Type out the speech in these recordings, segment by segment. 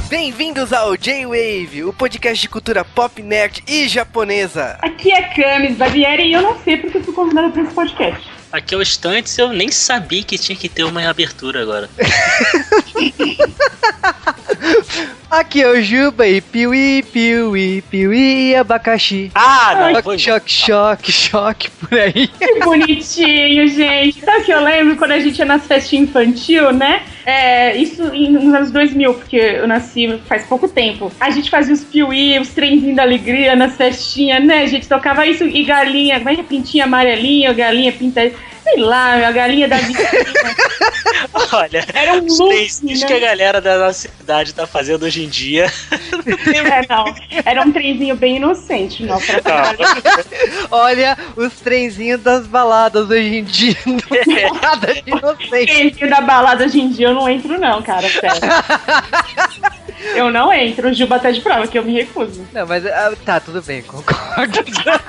Bem-vindos ao J-Wave, o podcast de cultura pop, nerd e japonesa. Aqui é Camis Bavieri e eu não sei porque eu fui convidada para esse podcast. Aqui é o Stantes, eu nem sabia que tinha que ter uma reabertura agora. Aqui é o Juba e piuí, piuí, piuí, abacaxi. Não, foi... Choque por aí. Que bonitinho, gente. Sabe o que eu lembro quando a gente ia nas festinhas infantil, né? Isso nos anos 2000, porque eu nasci faz pouco tempo. A gente fazia os piuí, os trenzinhos da alegria nas festinhas, né? A gente tocava isso e galinha, como é que é? Pintinha amarelinha, galinha pinta... Sei lá, a galinha da vizinha. Olha, era um os trenzinhos, né, que a galera da nossa cidade tá fazendo hoje em dia. Não, era um trenzinho bem inocente, não, pra Olha, os trenzinhos das baladas hoje em dia, não é nada de inocente. Trenzinho da balada hoje em dia eu não entro não, cara, sério. Eu não entro, o Juba tá de prova, que eu me recuso. Não, mas tá, tudo bem, concordo.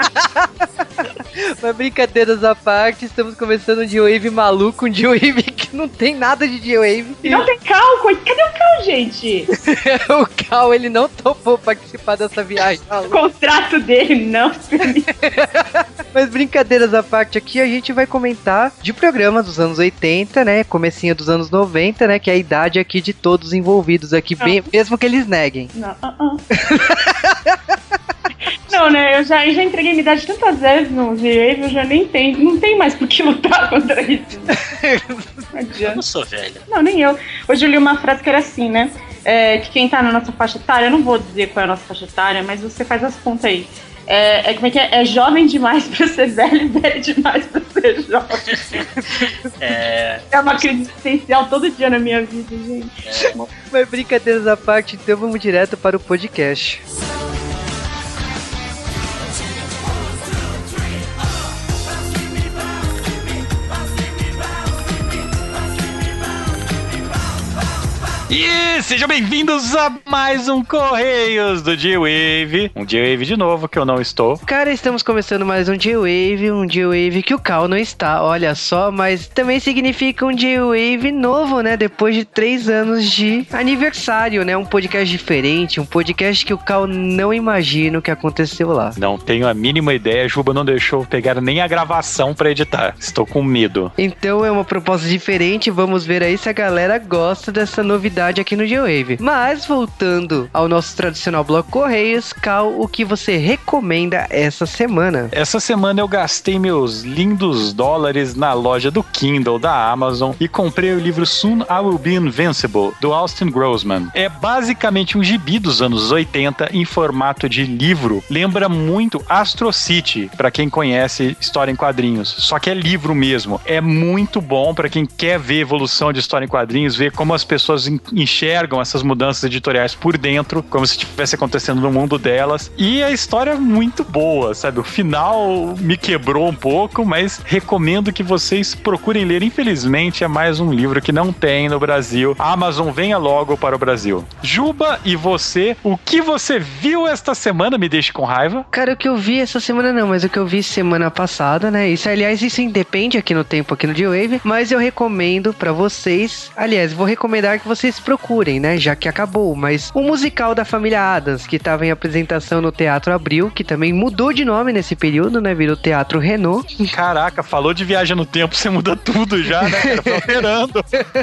Mas brincadeiras à parte, estamos começando um J-Wave maluco, um J-Wave que não tem nada de J-Wave. E não tem Cal, cadê o Cal, gente? O Cal, ele não topou participar dessa viagem. O contrato dele não permite. Mas brincadeiras à parte aqui, a gente vai comentar de programas dos anos 80, né, comecinho dos anos 90, né, que é a idade aqui de todos envolvidos aqui, bem, mesmo que eles neguem. Não, Não, né, eu já entreguei minha idade tantas vezes no J-Wave, eu já nem tenho, não tem mais por que lutar contra isso. Não adianta. Eu não sou velha. Não, nem eu. Hoje eu li uma frase que era assim, né, que quem tá na nossa faixa etária, eu não vou dizer qual é a nossa faixa etária, mas você faz as contas aí. Como é que é? É jovem demais pra ser velho e velho demais pra ser jovem. É uma crise existencial todo dia na minha vida, gente. Mas brincadeiras à parte, então vamos direto para o podcast. E sejam bem-vindos a mais um Correios do J-Wave. Um J-Wave de novo, que eu não estou. Cara, estamos começando mais um J-Wave que o Cal não está, olha só, mas também significa um J-Wave novo, né? Depois de 3 anos de aniversário, né? Um podcast diferente, um podcast que o Cal não imagina o que aconteceu lá. Não tenho a mínima ideia, a Juba não deixou pegar nem a gravação pra editar. Estou com medo. Então é uma proposta diferente, vamos ver aí se a galera gosta dessa novidade aqui no J-Wave. Mas voltando ao nosso tradicional bloco Correios, Cal, o que você recomenda essa semana? Essa semana eu gastei meus lindos dólares na loja do Kindle da Amazon e comprei o livro Soon I Will Be Invincible, do Austin Grossman. É basicamente um gibi dos anos 80 em formato de livro. Lembra muito Astro City, pra quem conhece história em quadrinhos. Só que é livro mesmo. É muito bom pra quem quer ver evolução de história em quadrinhos, ver como as pessoas enxergam essas mudanças editoriais por dentro, como se estivesse acontecendo no mundo delas. E a história é muito boa, sabe? O final me quebrou um pouco, mas recomendo que vocês procurem ler. Infelizmente, é mais um livro que não tem no Brasil. A Amazon venha logo para o Brasil. Juba, e você? O que você viu esta semana? Me deixe com raiva. Cara, o que eu vi essa semana não, mas o que eu vi semana passada, né? Isso, aliás, isso independe aqui no tempo, aqui no J-Wave, mas eu recomendo pra vocês, aliás, vou recomendar que vocês procurem, né, já que acabou, mas o musical da família Addams, que estava em apresentação no Teatro Abril, que também mudou de nome nesse período, né, virou Teatro Renault. Caraca, falou de viagem no tempo, você muda tudo já, né, cara, tô operando.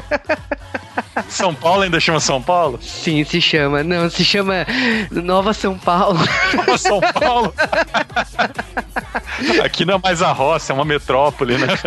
São Paulo ainda chama São Paulo? Sim, se chama, não, se chama Nova São Paulo. Nova São Paulo? Aqui não é mais a roça, é uma metrópole, né?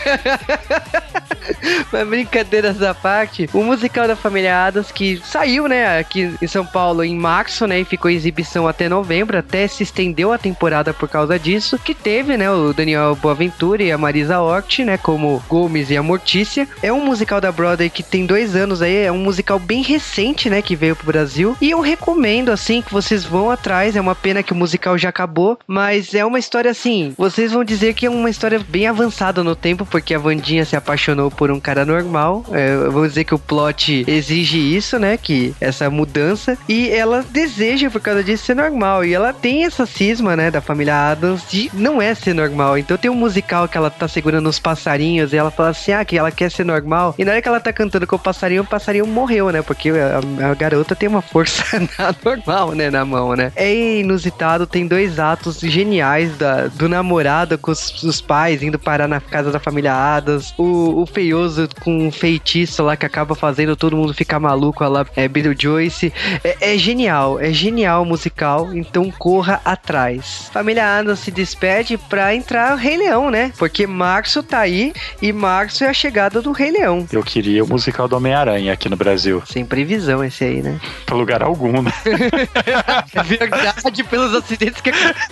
Mas brincadeiras à parte, o musical da família Addams, que saiu, né, aqui em São Paulo em março, né, e ficou em exibição até novembro, até se estendeu a temporada por causa disso, que teve, né, o Daniel Boaventura e a Marisa Hort, né, como Gomes e a Mortícia. É um musical da Broadway que tem 2 anos aí, é um musical bem recente, né, que veio pro Brasil, e eu recomendo, assim, que vocês vão atrás. É uma pena que o musical já acabou, mas é uma história, assim, vocês vão dizer que é uma história bem avançada no tempo, porque a Wandinha se apaixonou por um cara normal. Vamos dizer que o plot exige isso, né? Que essa mudança. E ela deseja, por causa disso, ser normal. E ela tem essa cisma, né? Da família Addams de não é ser normal. Então tem um musical que ela tá segurando os passarinhos e ela fala assim, que ela quer ser normal. E na hora que ela tá cantando com o passarinho morreu, né? Porque a garota tem uma força normal, né? Na mão, né? É inusitado, tem 2 atos geniais do namorado com os pais indo parar na casa da família Addams. O feioso com um feitiço lá que acaba fazendo todo mundo ficar maluco lá, Beetlejuice. É genial o musical, então corra atrás. Família Addams se despede pra entrar o Rei Leão, né? Porque março tá aí e março é a chegada do Rei Leão. Eu queria o musical do Homem-Aranha aqui no Brasil. Sem previsão esse aí, né? Pra lugar algum, né? É verdade, pelos acidentes que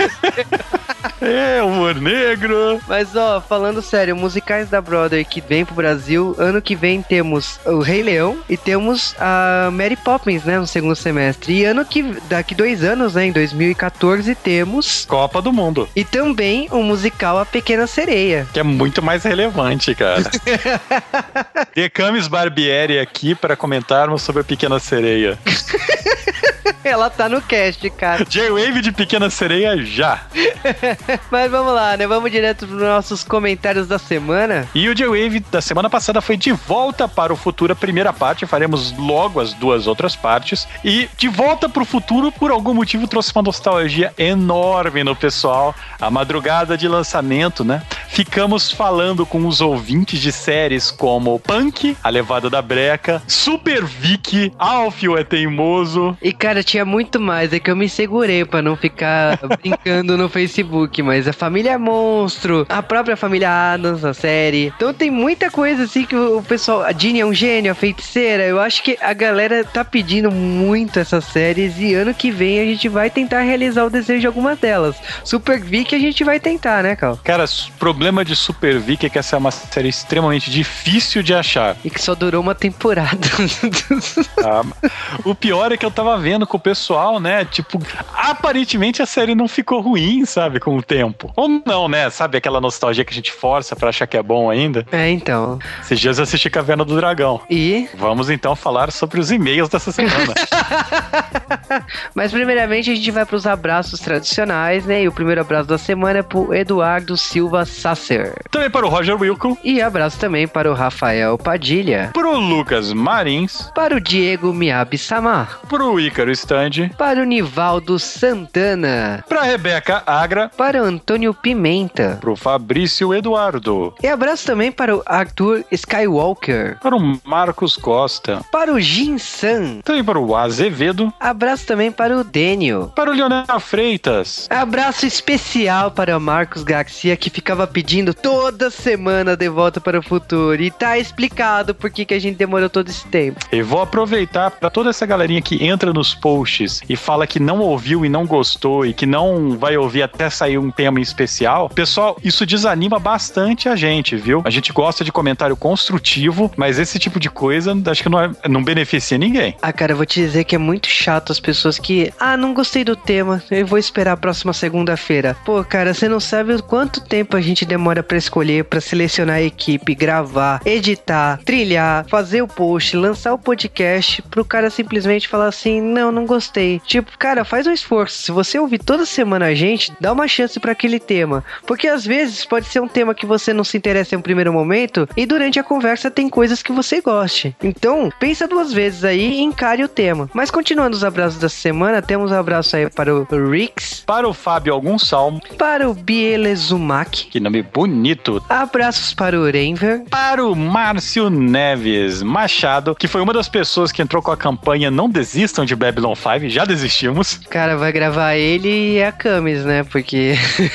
É, humor negro. Mas, falando sério, musicais da Broadway que vem pro Brasil, ano que vem temos o Rei Leão e temos a Mary Poppins, né, no segundo semestre. E daqui 2 anos, né, em 2014, temos Copa do Mundo. E também o musical A Pequena Sereia. Que é muito mais relevante, cara. Decamis Barbieri aqui para comentarmos sobre a Pequena Sereia. Ela tá no cast, cara. J-Wave de Pequena Sereia já. Mas vamos lá, né? Vamos direto pros nossos comentários da semana. E o J-Wave da semana passada foi De Volta para o Futuro, a primeira parte. Faremos logo as 2 outras partes. E De Volta para o Futuro, por algum motivo, trouxe uma nostalgia enorme no pessoal. A madrugada de lançamento, né? Ficamos falando com os ouvintes de séries como Punk, A Levada da Breca, Super Vicky, Alfio é Teimoso. E, cara, tinha muito mais. É que eu me segurei pra não ficar brincando no Facebook. Mas a Família Monstro, a própria Família Addams, a série. Então tem muita coisa assim que o pessoal... A Ginny é um gênio, a feiticeira. Eu acho que a galera tá pedindo muito essas séries. E ano que vem a gente vai tentar realizar o desejo de algumas delas. Super Vicky a gente vai tentar, né, Cal? Cara, o problema de Super Vicky é que essa é uma série extremamente difícil de achar. E que só durou uma temporada. O pior é que eu tava vendo com o pessoal, né? Tipo, aparentemente a série não ficou ruim, sabe? Com o tempo. Ou não, né? Sabe aquela nostalgia que a gente força pra achar que é bom ainda? É, então. Esses dias eu assisti Caverna do Dragão. E? Vamos então falar sobre os e-mails dessa semana. Mas primeiramente a gente vai pros abraços tradicionais, né? E o primeiro abraço da semana é pro Eduardo Silva Sasser. Também para o Roger Wilco. E abraço também para o Rafael Padilha. Pro Lucas Marins. Para o Diego Miyabi-sama. Pro Ícaro Stand. Para o Nivaldo Santana. Pra Rebeca Agra. Para o Antônio Pimenta. Pro Fabrício Eduardo. E abraço também para o Arthur Skywalker. Para o Marcos Costa. Para o Jin-san. Também para o Azevedo. Abraço também para o Dênio. Para o Leonel Freitas. Abraço especial para o Marcos Garcia, que ficava pedindo toda semana De Volta para o Futuro. E tá explicado por que a gente demorou todo esse tempo. E vou aproveitar para toda essa galerinha que entra nos posts e fala que não ouviu e não gostou e que não vai ouvir até sair um tema em especial. Pessoal, isso desanima bastante a gente, viu? A gente gosta de comentário construtivo, mas esse tipo de coisa acho que não beneficia ninguém. Cara, eu vou te dizer que é muito chato as pessoas que... não gostei do tema, eu vou esperar a próxima segunda-feira. Pô, cara, você não sabe o quanto tempo a gente demora pra escolher, pra selecionar a equipe, gravar, editar, trilhar, fazer o post, lançar o podcast, pro cara simplesmente falar assim, não gostei. Tipo, cara, faz um esforço. Se você ouvir toda semana a gente, dá uma chance pra aquele tema. Porque às vezes pode ser um tema que você não se interessa em um primeiro momento e durante a conversa tem coisas que você goste. Então, pensa 2 vezes aí e encare o tema. Mas continuando os abraços da semana, temos um abraço aí para o Rix. Para o Fábio Algunsalmo. Para o Bielezumaki. Que nome bonito. Abraços para o Renver. Para o Márcio Neves Machado, que foi uma das pessoas que entrou com a campanha Não Desistam de Babylon 5. Já desistimos. Cara, vai gravar ele e a Camis, né? Porque...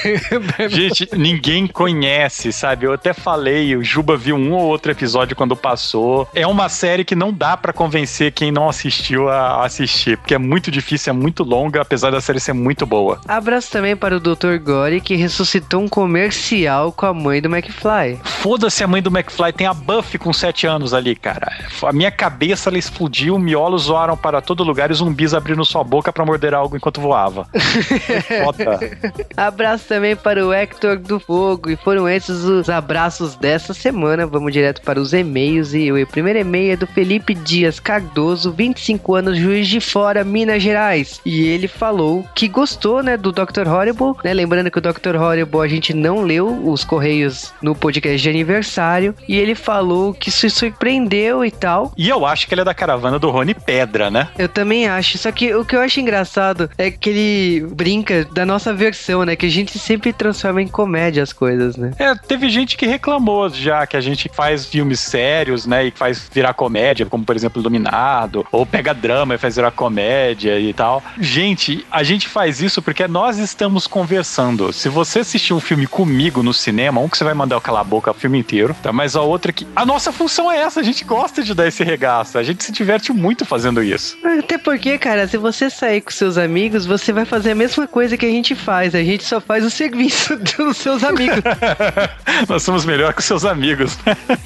Gente, ninguém conhece, sabe? Eu até falei, o Juba viu um ou outro episódio quando passou. É uma série que não dá pra convencer quem não assistiu a assistir, porque é muito difícil, é muito longa, apesar da série ser muito boa. Abraço também para o Dr. Gore, que ressuscitou um comercial especial com a mãe do McFly. Foda-se a mãe do McFly, tem a Buffy com 7 anos ali, cara. A minha cabeça, ela explodiu, miolos zoaram para todo lugar e zumbis abrindo sua boca pra morder algo enquanto voava. Foda. Abraço também para o Hector do Fogo. E foram esses os abraços dessa semana. Vamos direto para os e-mails. E o primeiro e-mail é do Felipe Dias Cardoso, 25 anos, Juiz de Fora, Minas Gerais. E ele falou que gostou, né, do Dr. Horrible, né? Lembrando que o Dr. Horrible a gente não leu os correios no podcast de aniversário. E ele falou que se surpreendeu e tal. E eu acho que ele é da caravana do Rony Pedra, né? Eu também acho. Só que o que eu acho engraçado é que ele brinca da nossa versão, né? Que a gente sempre transforma em comédia as coisas, né? Teve gente que reclamou já que a gente faz filmes sérios, né? E faz virar comédia, como por exemplo Iluminado, ou pega drama e faz virar comédia e tal. Gente, a gente faz isso porque nós estamos conversando. Se você assistir um filme comigo no cinema, um que você vai mandar eu calar a boca o filme inteiro, tá? Mas a outra que... A nossa função é essa, a gente gosta de dar esse regaço, a gente se diverte muito fazendo isso. Até porque, cara, se você sair com seus amigos, você vai fazer a mesma coisa que a gente faz só faz o serviço dos seus amigos. Nós somos melhor que os seus amigos.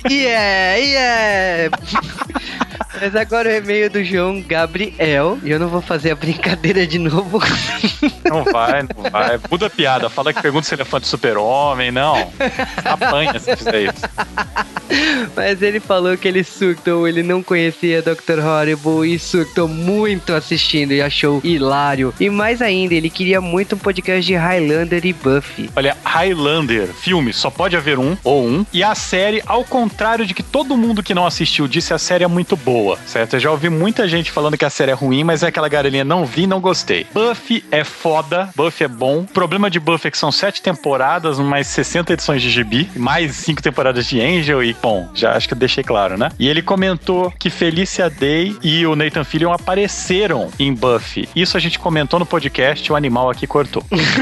Mas agora o e-mail do João Gabriel. E eu não vou fazer a brincadeira de novo. Não vai. Muda a piada. Fala que pergunta se ele é fã de Super-Homem. Não. Apanha se fizer isso. Mas ele falou que ele surtou, ele não conhecia Dr. Horrible e surtou muito assistindo e achou hilário. E mais ainda, ele queria muito um podcast de Highlander e Buffy. Olha, Highlander, filme, só pode haver um. E a série, ao contrário de que todo mundo que não assistiu disse, a série é muito boa, certo? Eu já ouvi muita gente falando que a série é ruim, mas é aquela garolinha, não vi, não gostei. Buffy é foda, Buffy é bom. O problema de Buffy é que são 7 temporadas, mais 60 edições de gibi, mais 5 temporadas de Angel e, bom, já acho que eu deixei claro, né? E ele comentou que Felicia Day e o Nathan Fillion apareceram em Buffy. Isso a gente comentou no podcast, o animal aqui cortou.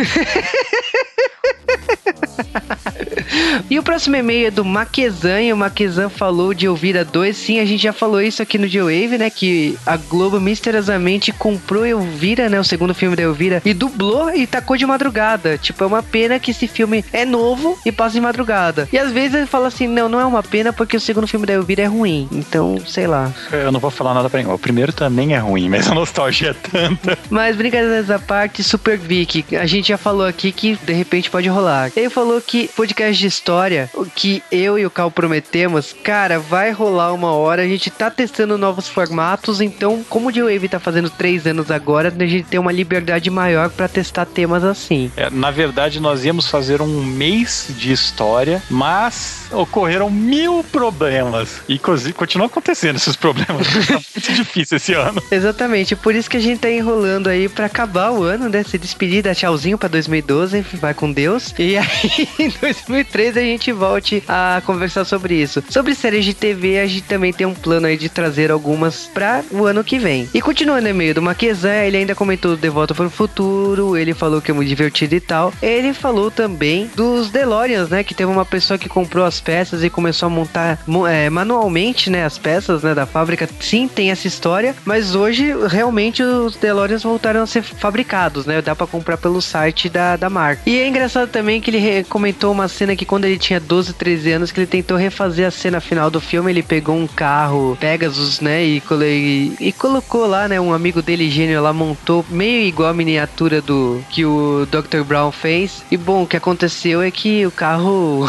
E o próximo e-mail é do Maquezan, e o Maquezan falou de Elvira 2. Sim, a gente já falou isso aqui no G-Wave, né? Que a Globo misteriosamente comprou Elvira, né? O segundo filme da Elvira, e dublou e tacou de madrugada. Tipo, é uma pena que esse filme é novo e passa de madrugada. E às vezes ele fala assim, não é uma pena porque o segundo filme da Elvira é ruim. Então, sei lá. Eu não vou falar nada pra ninguém. O primeiro também é ruim, mas a nostalgia é tanta. Mas brincadeiras à parte, Super Vic, a gente já falou aqui que de repente pode rolar. Ele falou que podcast de história, o que eu e o Cal prometemos, cara, vai rolar uma hora, a gente tá testando novos formatos, então, como o G-Wave tá fazendo 3 anos agora, a gente tem uma liberdade maior pra testar temas assim. Na verdade, nós íamos fazer um mês de história, mas ocorreram 1000 problemas, e continuam acontecendo esses problemas, tá muito difícil esse ano. Exatamente, por isso que a gente tá enrolando aí pra acabar o ano, né, se despedir, dar tchauzinho pra 2012, vai com Deus, e aí em 2013 a gente volte a conversar sobre isso. Sobre séries de TV, a gente também tem um plano aí de trazer algumas pra o ano que vem. E continuando no e-mail do Maquezan, ele ainda comentou De Volta para o Futuro, ele falou que é muito divertido e tal. Ele falou também dos DeLoreans, né, que teve uma pessoa que comprou as peças e começou a montar manualmente, né, as peças, né, da fábrica. Sim, tem essa história, mas hoje realmente os DeLoreans voltaram a ser fabricados, né, dá pra comprar pelo site da marca. E é engraçado também que ele comentou uma cena que quando ele tinha 12, 13 anos, que ele tentou refazer a cena final do filme, ele pegou um carro Pegasus, né, e colocou lá, né, um amigo dele, gênio, lá, montou meio igual a miniatura do que o Dr. Brown fez. E bom, o que aconteceu é que o carro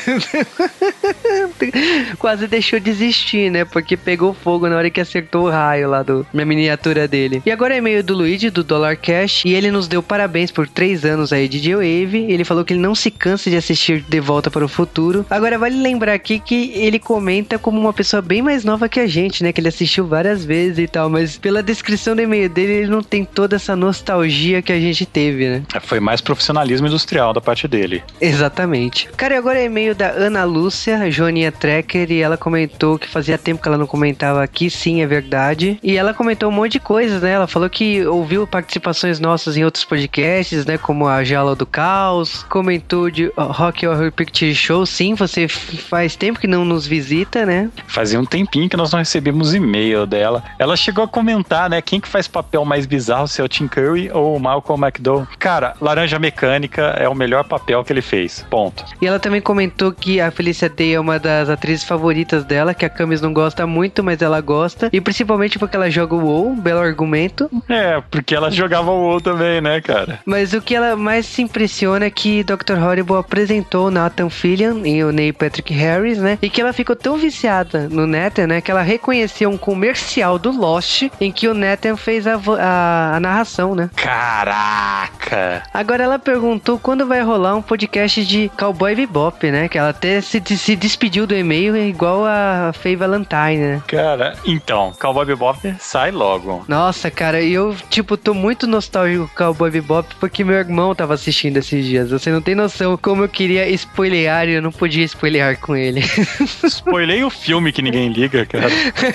quase deixou de existir, né, porque pegou fogo na hora que acertou o raio lá na miniatura dele. E agora é e-mail do Luigi, do Dollar Cash, e ele nos deu parabéns por 3 anos aí de G-Wave. Ele falou que ele não se cansa de assistir De Volta para o Futuro. Agora vale lembrar aqui que ele comenta como uma pessoa bem mais nova que a gente, né, que ele assistiu várias vezes e tal, mas pela descrição do e-mail dele, ele não tem toda essa nostalgia que a gente teve, né. Foi mais profissionalismo industrial da parte dele. Exatamente. Cara, e agora é e-mail da Ana Lúcia, Joaninha Trekker, e ela comentou que fazia tempo que ela não comentava aqui, sim, é verdade. E ela comentou um monte de coisas, né, ela falou que ouviu participações nossas em outros podcasts, né, como a Jaula do Caos, comentou de Rock Horror Horror Picture Show, sim, você faz tempo que não nos visita, né? Fazia um tempinho que nós não recebemos e-mail dela. Ela chegou a comentar, né, quem que faz papel mais bizarro, se é o Tim Curry ou o Malcolm McDowell. Cara, Laranja Mecânica é o melhor papel que ele fez, ponto. E ela também comentou que a Felicia Day é uma das atrizes favoritas dela, que a Camis não gosta muito, mas ela gosta, e principalmente porque ela joga o WoW, belo argumento. É, porque ela jogava o WoW também, né, cara? Mas o que ela mais se impressiona é que Dr. Horrible apresentou o Nathan Fillion e o Neil Patrick Harris, né? E que ela ficou tão viciada no Nathan, né? Que ela reconheceu um comercial do Lost em que o Nathan fez a narração, né? Caraca! Agora ela perguntou quando vai rolar um podcast de Cowboy Bebop, né? Que ela até se despediu do e-mail igual a Faye Valentine, né? Cara, então, Cowboy Bebop sai logo. Nossa, cara, e eu, tipo, tô muito nostálgico com Cowboy Bebop porque meu irmão tava assistindo esses dias. Você não tem noção como eu queria spoilear e eu não podia spoilear com ele. Spoilei o filme que ninguém liga, cara.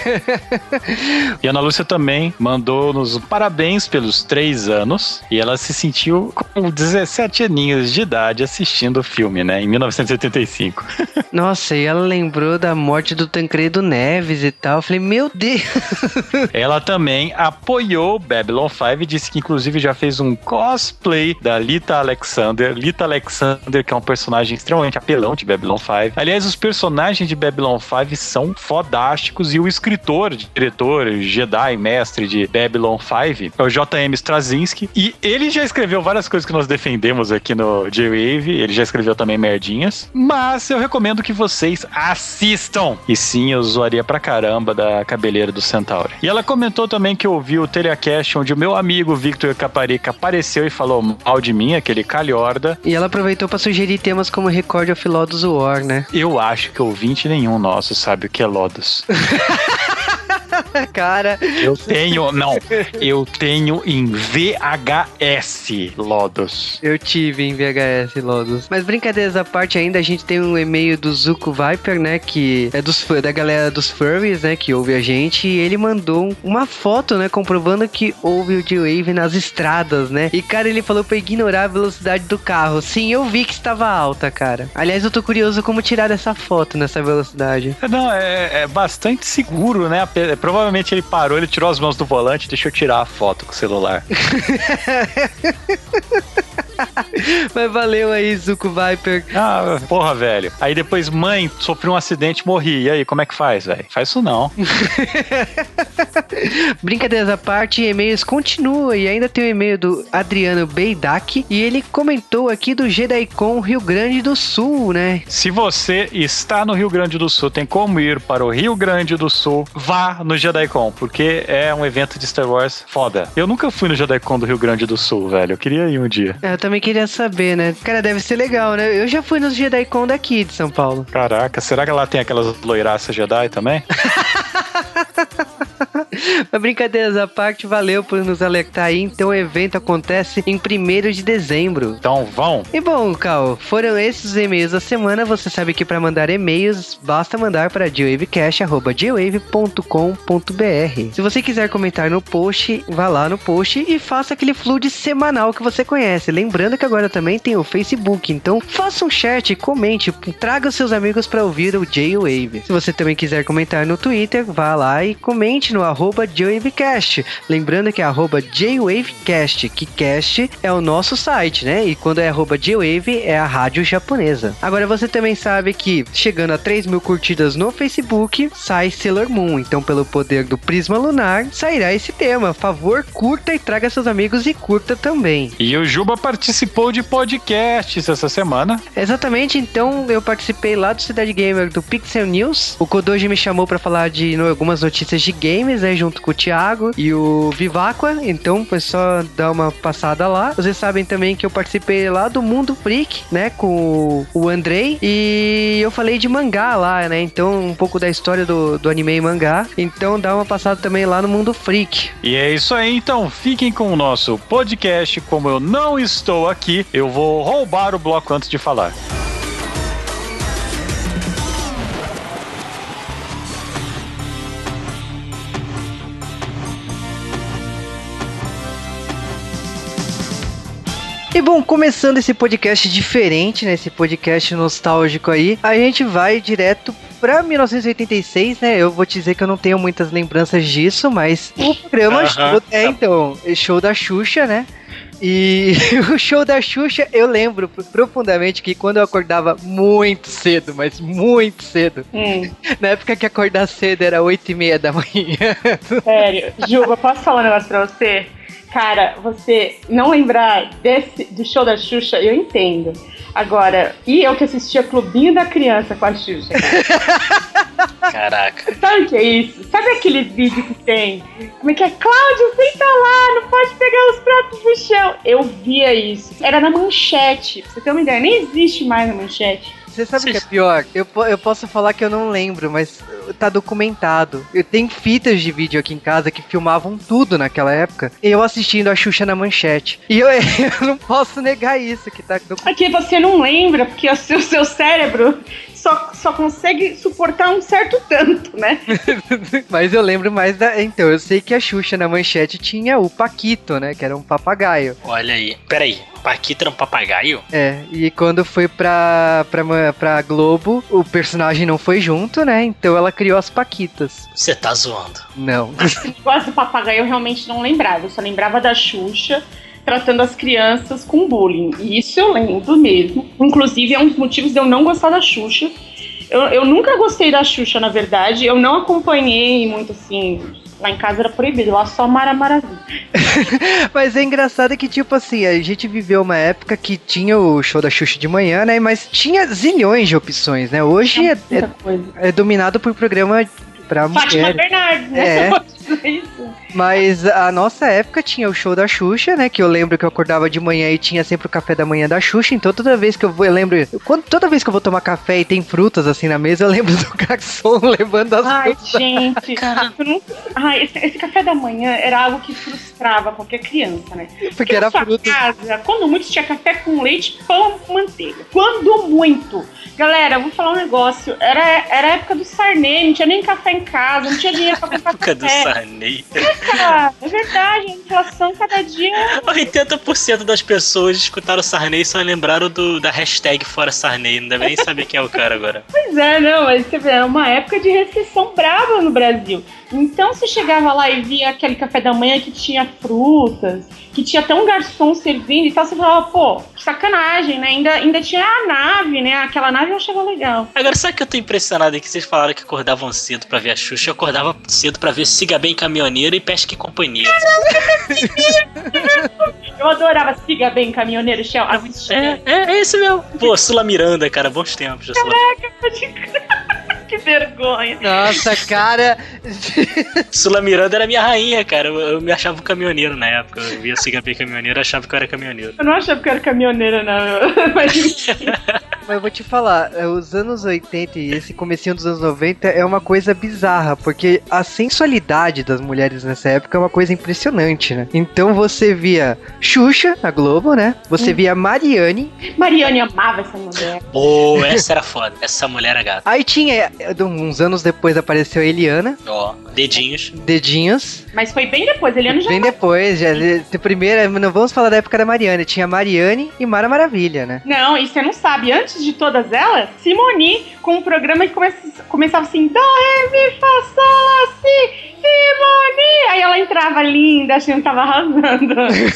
E a Ana Lúcia também mandou-nos parabéns pelos 3 anos e ela se sentiu com 17 aninhos de idade assistindo o filme, né, em 1985. Nossa, e ela lembrou da morte do Tancredo Neves e tal. Eu falei, meu Deus! Ela também apoiou Babylon 5 e disse que inclusive já fez um cosplay da Lita Alexander. Lita Alexander, que é um personagem extremamente apelão de Babylon 5. Aliás, os personagens de Babylon 5 são fodásticos e o escritor, diretor, Jedi, mestre de Babylon 5 é o J.M. Straczynski e ele já escreveu várias coisas que nós defendemos aqui no J-Wave, ele já escreveu também merdinhas, mas eu recomendo que vocês assistam. E sim, eu zoaria pra caramba da Cabeleira do Centauri. E ela comentou também que ouviu o Telecast onde o meu amigo Victor Caparica apareceu e falou mal de mim, aquele calhorda. E ela aproveitou pra sugerir temas como Record of Lodos War, né? Eu acho que ouvinte nenhum nosso sabe o que é Lodos. Cara, eu tenho em VHS Lodos. Eu tive em VHS Lodos. Mas brincadeiras à parte ainda, a gente tem um e-mail do Zuko Viper, né, que é da galera dos furries, né, que ouve a gente, e ele mandou uma foto, né, comprovando que ouve o J-Wave nas estradas, né, e cara, ele falou pra ignorar a velocidade do carro. Sim, eu vi que estava alta, cara. Aliás, eu tô curioso como tirar essa foto nessa velocidade. Não, é bastante seguro, né, provavelmente ele parou, ele tirou as mãos do volante e deixou tirar a foto com o celular. Mas valeu aí, Zuko Viper. Ah, porra, velho. Aí depois, mãe, sofreu um acidente, morri. E aí, como é que faz, velho? Faz isso não. Brincadeiras à parte, e-mails continua. E ainda tem o e-mail do Adriano Beidak. E ele comentou aqui do JediCon Rio Grande do Sul, né? Se você está no Rio Grande do Sul, tem como ir para o Rio Grande do Sul, vá no JediCon, porque é um evento de Star Wars foda. Eu nunca fui no JediCon do Rio Grande do Sul, velho. Eu queria ir um dia. Eu também queria saber, né? Cara, deve ser legal, né? Eu já fui nos JediCon daqui de São Paulo. Caraca, será que lá tem aquelas loiraças Jedi também? Mas brincadeiras à parte, valeu por nos alertar aí. Então o evento acontece em 1º de dezembro. Então vão. E bom, Cal, foram esses os e-mails da semana. Você sabe que para mandar e-mails, basta mandar para jwavecast@jwave.com.br. Se você quiser comentar no post, vá lá no post e faça aquele flood semanal que você conhece. Lembrando que agora também tem o Facebook, então faça um chat, comente, traga os seus amigos para ouvir o J-Wave. Se você também quiser comentar no Twitter, vá lá e comente no @JWavecast. Lembrando que é @JWavecast, que cast é o nosso site, né? E quando é @JWave é a rádio japonesa. Agora você também sabe que chegando a 3.000 curtidas no Facebook, sai Sailor Moon. Então pelo poder do Prisma Lunar, sairá esse tema. Por favor, curta e traga seus amigos e curta também. E o Juba participou de podcasts essa semana. Exatamente, então eu participei lá do Cidade Gamer do Pixel News. O Kodoji me chamou pra falar de algumas notícias de games, né, junto com o Thiago e o Vivacqua, então foi só dar uma passada lá. Vocês sabem também que eu participei lá do Mundo Freak, né, com o Andrei, e eu falei de mangá lá, né, então um pouco da história do anime e mangá, então dá uma passada também lá no Mundo Freak. E é isso aí, então fiquem com o nosso podcast. Como eu não estou aqui, eu vou roubar o bloco antes de falar. E bom, começando esse podcast diferente, né? Esse podcast nostálgico aí, a gente vai direto pra 1986, né? Eu vou te dizer que eu não tenho muitas lembranças disso, mas o programa show da Xuxa, né? E o show da Xuxa, eu lembro profundamente que quando eu acordava muito cedo, mas muito cedo, na época que acordar cedo era 8h30 da manhã. Sério, Juba, posso falar um negócio pra você? Cara, você não lembrar do show da Xuxa, eu entendo. Agora, e eu que assistia Clubinho da Criança com a Xuxa? Caraca. Sabe o que é isso? Sabe aquele vídeo que tem? Como é que é? Cláudio, senta lá, não pode pegar os pratos no chão. Eu via isso. Era na Manchete. Pra você ter uma ideia, nem existe mais na Manchete. Você sabe o que é pior? Eu posso falar que eu não lembro, mas tá documentado. Eu tenho fitas de vídeo aqui em casa que filmavam tudo naquela época. Eu assistindo a Xuxa na Manchete. E eu não posso negar isso, que tá documentado. Aqui você não lembra, porque o seu cérebro só consegue suportar um certo tanto, né? Mas eu lembro mais da... Então, eu sei que a Xuxa na Manchete tinha o Paquito, né? Que era um papagaio. Olha aí. Peraí. Paquito era um papagaio? É, e quando foi pra Globo, o personagem não foi junto, né? Então ela criou as Paquitas. Você tá zoando. Não. Esse negócio do papagaio eu realmente não lembrava. Eu só lembrava da Xuxa tratando as crianças com bullying. E isso eu lembro mesmo. Inclusive, é um dos motivos de eu não gostar da Xuxa. Eu nunca gostei da Xuxa, na verdade. Eu não acompanhei muito, assim... Lá em casa era proibido, lá só Mara Maravilha. Mas é engraçado que, tipo assim, a gente viveu uma época que tinha o show da Xuxa de manhã, né? Mas tinha zilhões de opções, né? Hoje é dominado por programa pra Fátima mulher. Bernardes, né? É. Mas a nossa época tinha o show da Xuxa, né? Que eu lembro que eu acordava de manhã e tinha sempre o café da manhã da Xuxa. Então toda vez que eu vou, toda vez que eu vou tomar café e tem frutas assim na mesa, eu lembro do garçom levando as frutas. Ai, gente, esse café da manhã era algo que frustrava qualquer criança, né? Porque era fruta. Casa, quando muito, tinha café com leite, pão com manteiga. Quando muito. Galera, eu vou falar um negócio. Era a época do Sarney, não tinha nem café em casa, não tinha dinheiro pra comprar época café. do Sarney. É verdade, a inflação cada dia... 80% das pessoas escutaram o Sarney e só lembraram da hashtag Fora Sarney. Não deve nem saber quem é o cara agora. Pois é, não, mas você vê, é uma época de recessão brava no Brasil. Então você chegava lá e via aquele café da manhã que tinha frutas, que tinha até um garçom servindo e tal, você falava, pô, que sacanagem, né? Ainda tinha a nave, né? Aquela nave eu achava legal. Agora, sabe que eu tô impressionado é que vocês falaram que acordavam cedo pra ver a Xuxa? Eu acordava cedo pra ver Siga Bem Caminhoneiro e Pesca e Companhia. Eu adorava Siga Bem Caminhoneiro, Shell. É isso mesmo. Pô, Sula Miranda, cara, bons tempos. Caraca, pode crer. Que vergonha. Nossa, cara. Sula Miranda era minha rainha, cara. Eu me achava um caminhoneiro na época. Eu via Siga Bem Caminhoneiro e achava que eu era caminhoneiro. Eu não achava que eu era caminhoneira, não. Mas eu vou te falar, os anos 80 e esse comecinho dos anos 90 é uma coisa bizarra, porque a sensualidade das mulheres nessa época é uma coisa impressionante, né? Então você via Xuxa na Globo, né? Você via Mariane. Mariane amava essa mulher. Pô, essa era foda. Essa mulher era gata. Aí tinha, uns anos depois apareceu a Eliana. Ó, dedinhos. Dedinhos. Mas foi bem depois, Eliana já... Bem depois, já. Primeiro, não vamos falar da época da Mariane. Tinha Mariane e Mara Maravilha, né? Não, e você não sabe, antes de todas elas, Simone, com um programa que começava assim, Dó, Ré, Mi, Fá, Sol, Lá, Si, Simone! Aí ela entrava linda, achando que tava arrasando.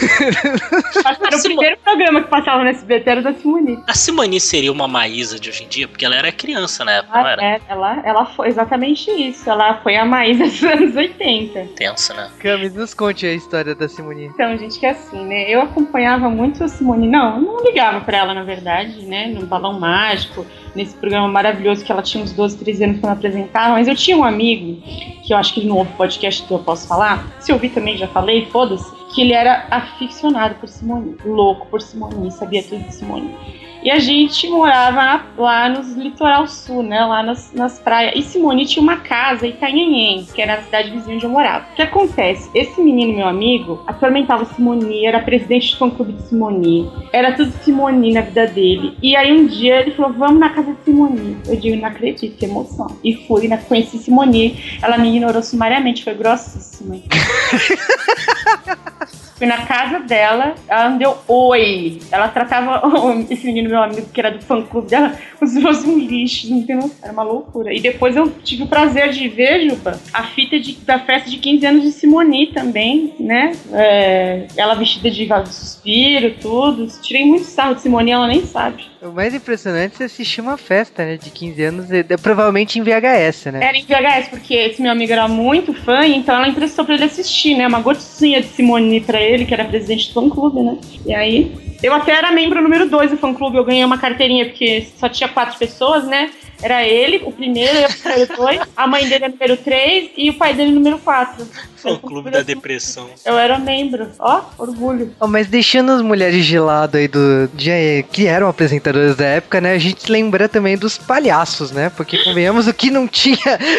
Era o primeiro programa que passava no SBT, era da Simone. A Simone seria uma Maísa de hoje em dia? Porque ela era criança na época, não era? Ela foi exatamente isso. Ela foi a Maísa dos anos 80. Tenso, né? Camis, nos conte a história da Simone. Então, gente, que é assim, né? Eu acompanhava muito a Simone. Não ligava pra ela, na verdade, né? No Balão Mágico, nesse programa maravilhoso que ela tinha uns 12, 13 anos quando apresentava. Mas eu tinha um amigo, que eu acho que ele não ouve podcast que eu posso falar. Se eu ouvir também, já falei, foda-se. Que ele era aficionado por Simone. Louco por Simone, sabia tudo de Simone. E a gente morava lá no litoral sul, né? Lá nas praias. E Simone tinha uma casa em Itanhanhém, que era a cidade vizinha onde eu morava. O que acontece? Esse menino, meu amigo, atormentava Simone, era presidente do fã-clube de Simone. Era tudo Simone na vida dele. E aí um dia ele falou, vamos na casa de Simone. Eu digo, não acredito, que emoção. E fui, conheci Simone. Ela me ignorou sumariamente, foi grossíssima. Fui na casa dela, ela me deu oi. Ela tratava esse menino, meu amigo, que era do fã-clube dela, como se fosse um lixo, não tem noção, era uma loucura. E depois eu tive o prazer de ver, Juba, a fita da festa de 15 anos de Simone também, né? Ela vestida de Vale do Suspiro, tudo. Tirei muito sarro de Simone, ela nem sabe. O mais impressionante é você assistir uma festa, né, de 15 anos, provavelmente em VHS, né? Era em VHS, porque esse meu amigo era muito fã, então ela emprestou pra ele assistir, né? Uma gotinha de Simone pra ele, que era presidente do fã-clube, né? E aí, eu até era membro número 2 do fã-clube, eu ganhei uma carteirinha, porque só tinha 4 pessoas, né? Era ele, o primeiro, eu o número 2, a mãe dele é número 3 e o pai dele número 4. O clube da depressão. Eu era membro. Ó, orgulho. Mas deixando as mulheres de lado aí que eram apresentadoras da época, né? A gente lembra também dos palhaços, né? Porque, convenhamos, o que não tinha...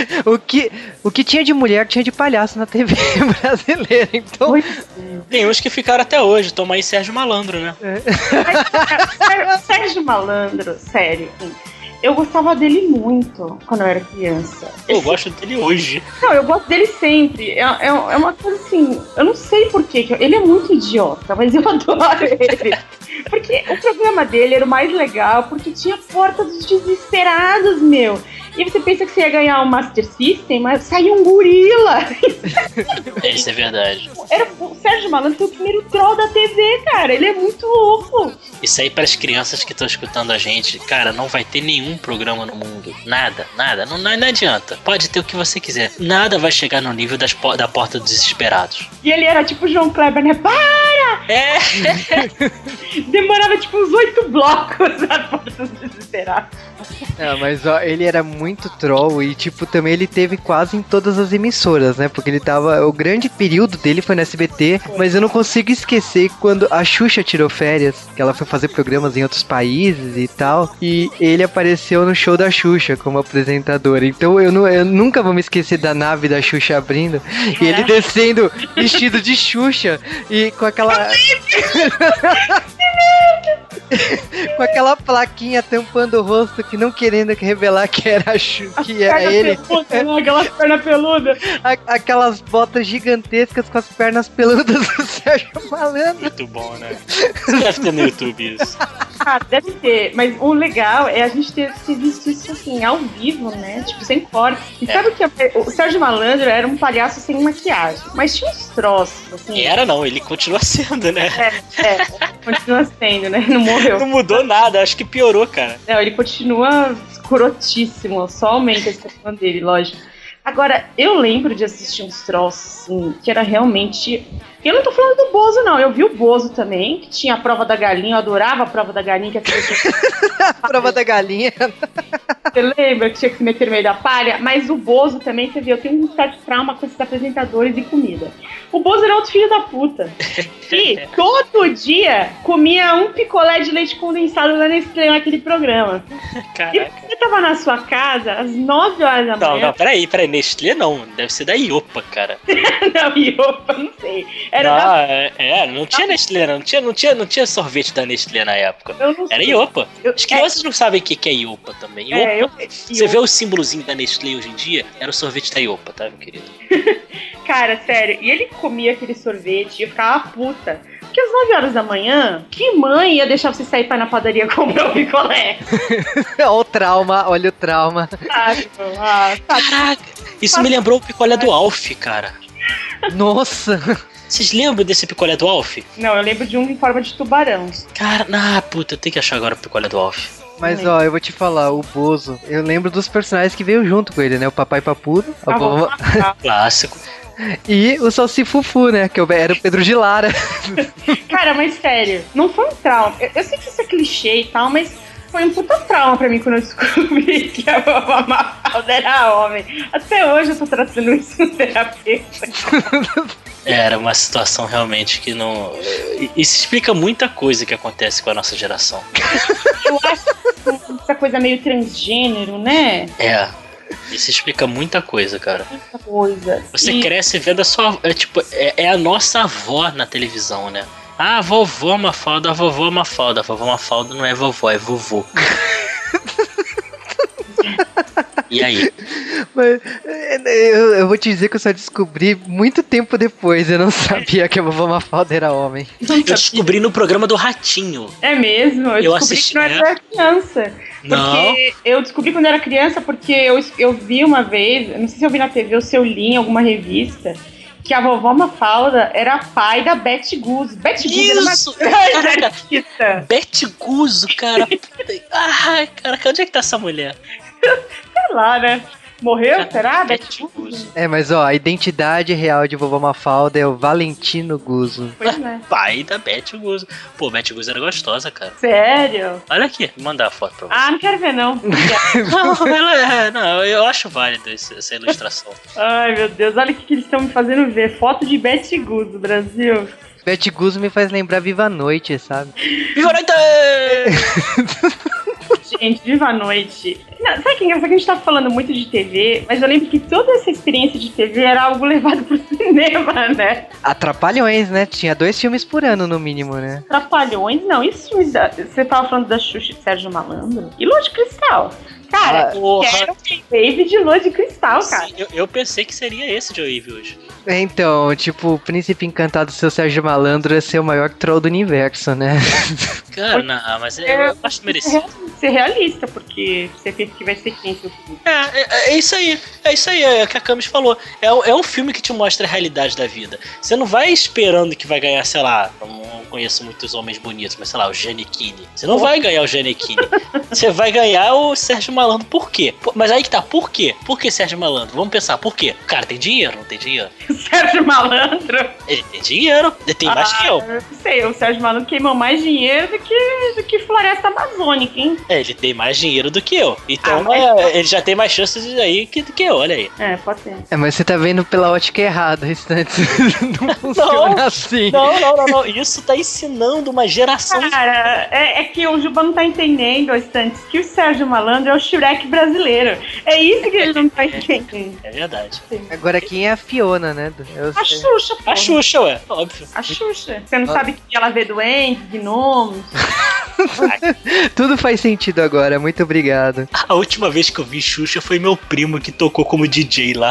O que tinha de mulher, tinha de palhaço na TV brasileira. Então... Tem uns que ficaram até hoje. Toma aí Sérgio Malandro, né? Sérgio Malandro, sério. Eu gostava dele muito quando eu era criança. Eu gosto dele hoje. Não, eu gosto dele sempre. É uma coisa assim, eu não sei porquê. Ele é muito idiota, mas eu adoro ele. Porque o programa dele era o mais legal, porque tinha Porta dos Desesperados, meu. E você pensa que você ia ganhar um Master System, mas saiu um gorila. Isso é verdade. O Sérgio Malandro foi o primeiro troll da TV, cara. Ele é muito louco. Isso aí para as crianças que estão escutando a gente, cara, não vai ter nenhum programa no mundo. Nada. Não adianta. Pode ter o que você quiser. Nada vai chegar no nível da Porta dos Desesperados. E ele era tipo o João Kleber, né? Para! É! Demorava tipo uns 8 blocos a Porta dos Desesperados. Não, mas ó, ele era muito troll e, tipo, também ele teve quase em todas as emissoras, né? Porque ele tava... O grande período dele foi no SBT, mas eu não consigo esquecer quando a Xuxa tirou férias, que ela foi fazer programas em outros países e tal, e ele apareceu no show da Xuxa como apresentador. Então eu nunca vou me esquecer da nave da Xuxa abrindo e ele descendo vestido de Xuxa e com aquela... com aquela plaquinha tampando o rosto, que não querendo revelar que era que era ele. Peluda, né? Aquelas pernas peludas. Aquelas botas gigantescas com as pernas peludas do Sérgio Malandro. Muito bom, né? Você deve ter no YouTube isso. Ah, deve ter, mas o legal é a gente ter visto isso assim, ao vivo, né? Tipo, sem corte. E sabe o que? O Sérgio Malandro era um palhaço sem maquiagem, mas tinha uns troços, assim. Era não, ele continua sendo, né? Continua sendo, né? Não morreu. Não mudou nada, acho que piorou, cara. Não, ele continua escrotíssimo, só aumenta a expressão dele, lógico. Agora, eu lembro de assistir uns troços, assim, que era realmente... Eu não tô falando do Bozo, não. Eu vi o Bozo também, que tinha a prova da galinha. Eu adorava a prova da galinha. Que a prova da galinha. Você lembra que tinha que se meter no meio da palha? Mas o Bozo também, você viu, eu tenho um certo trauma com esses apresentadores e comida. O Bozo era outro filho da puta. E todo dia comia um picolé de leite condensado da Nestlé naquele programa. Caraca. E você tava na sua casa às 9 horas da manhã. Não, peraí, Nestlé não. Deve ser da Iopa, cara. Não, Iopa, não sei. Não tinha Nestlé, não tinha sorvete da Nestlé na época. Eu não sei. Era Iopa. As crianças não sabem o que é Iopa também. Iopa, você vê o símbolozinho da Nestlé hoje em dia, era o sorvete da Iopa, tá, meu querido? Cara, sério, e ele comia aquele sorvete e eu ficava puta. Porque às 9 horas da manhã, que mãe ia deixar você sair pra ir na padaria comprar um picolé? Olha o trauma. Caraca, isso me lembrou o picolé do Alf, cara. Nossa! Vocês lembram desse picolé do Alf? Não, eu lembro de um em forma de tubarão. Cara, puta, eu tenho que achar agora o picolé do Alf. Mas ó, eu vou te falar, o Bozo, eu lembro dos personagens que veio junto com ele, né? O Papai Papudo, a vovó... Clássico. E o Salsifufu, né? Que era o Pedro de Lara. Cara, mas sério, não foi um trauma. Eu sei que isso é clichê e tal, mas foi um puta trauma pra mim quando eu descobri que a vovó Mafalda era homem. Até hoje eu tô tratando isso no terapeuta. Era uma situação realmente que não... Isso explica muita coisa que acontece com a nossa geração. Eu acho que essa coisa meio transgênero, né? Isso explica muita coisa, cara. Muita coisa. Você cresce vendo a sua... É a nossa avó na televisão, né? Ah, vovó Mafalda, a vovó Mafalda. A vovó Mafalda não é vovó, é vovô. E aí? Mas eu vou te dizer que eu só descobri muito tempo depois. Eu não sabia que a vovó Mafalda era homem. Eu descobri no programa do Ratinho. É mesmo? Eu descobri assisti, que não era criança. Não. Porque eu descobri quando era criança porque eu vi uma vez, não sei se eu vi na TV ou se eu li em alguma revista, que a vovó Mafalda era pai da Betty Guzzo. Betty Guzzo Isso! era uma grande Caraca, artista. Betty Guzzo, cara. Ai, caraca, onde é que tá essa mulher? Sei lá, né? Morreu, será? Betty Guzzo. Mas ó, a identidade real de vovó Mafalda é o Valentino Guzzo. Pois é. Pai da Betty Guzzo. Pô, Betty Guzzo era gostosa, cara. Sério? Olha aqui, vou mandar a foto pra você. Ah, não quero ver, não. Não, eu acho válido essa ilustração. Ai, meu Deus, olha o que eles estão me fazendo ver. Foto de Betty Guzzo, Brasil. Betty Guzzo me faz lembrar Viva a Noite, sabe? Viva a noite! Gente, viva a noite. Não, sabe que é engraçado que a gente tá falando muito de TV, mas eu lembro que toda essa experiência de TV era algo levado pro cinema, né? Trapalhões, né? Tinha 2 filmes por ano, no mínimo, né? Trapalhões, não. Esses filmes você tava falando da Xuxa e Sérgio Malandro? E Lua de Cristal. Cara, quero um wave de Lua de Cristal, cara. Sim, eu pensei que seria esse de Wave hoje. Então, tipo, o Príncipe Encantado do seu Sérgio Malandro é ser o maior troll do universo, né? Cara, não, mas eu acho merecido. Ser realista, porque você pensa que vai ser quem seu filme. É isso aí. É isso aí, é o que a Camis falou. É um filme que te mostra a realidade da vida. Você não vai esperando que vai ganhar, sei lá, eu não conheço muitos homens bonitos, mas sei lá, o Giannichini. Você não vai ganhar o Giannichini. Você vai ganhar o Sérgio Malandro. Por quê? Mas aí que tá, por quê? Por que Sérgio Malandro? Vamos pensar, por quê? O cara tem dinheiro, não tem dinheiro? Sérgio Malandro? Ele tem dinheiro, ele tem mais que eu. Não sei, o Sérgio Malandro queimou mais dinheiro do que Floresta Amazônica, hein? Ele tem mais dinheiro do que eu. Então ele já tem mais chances aí que eu, olha aí. Pode ser. Mas você tá vendo pela ótica errada, Estantes. Não funciona assim. Não. Isso tá ensinando uma geração. Cara, é que o Juba não tá entendendo, Estantes, que o Sérgio Malandro é o Shrek brasileiro. É isso que ele não tá entendendo. É verdade. Agora, quem é a Fiona, né? A Xuxa, pô. A Xuxa, ué, óbvio. A Xuxa. Você não sabe que ela vê doentes, gnomos. Tudo faz sentido agora, muito obrigado. A última vez que eu vi Xuxa foi meu primo que tocou como DJ lá.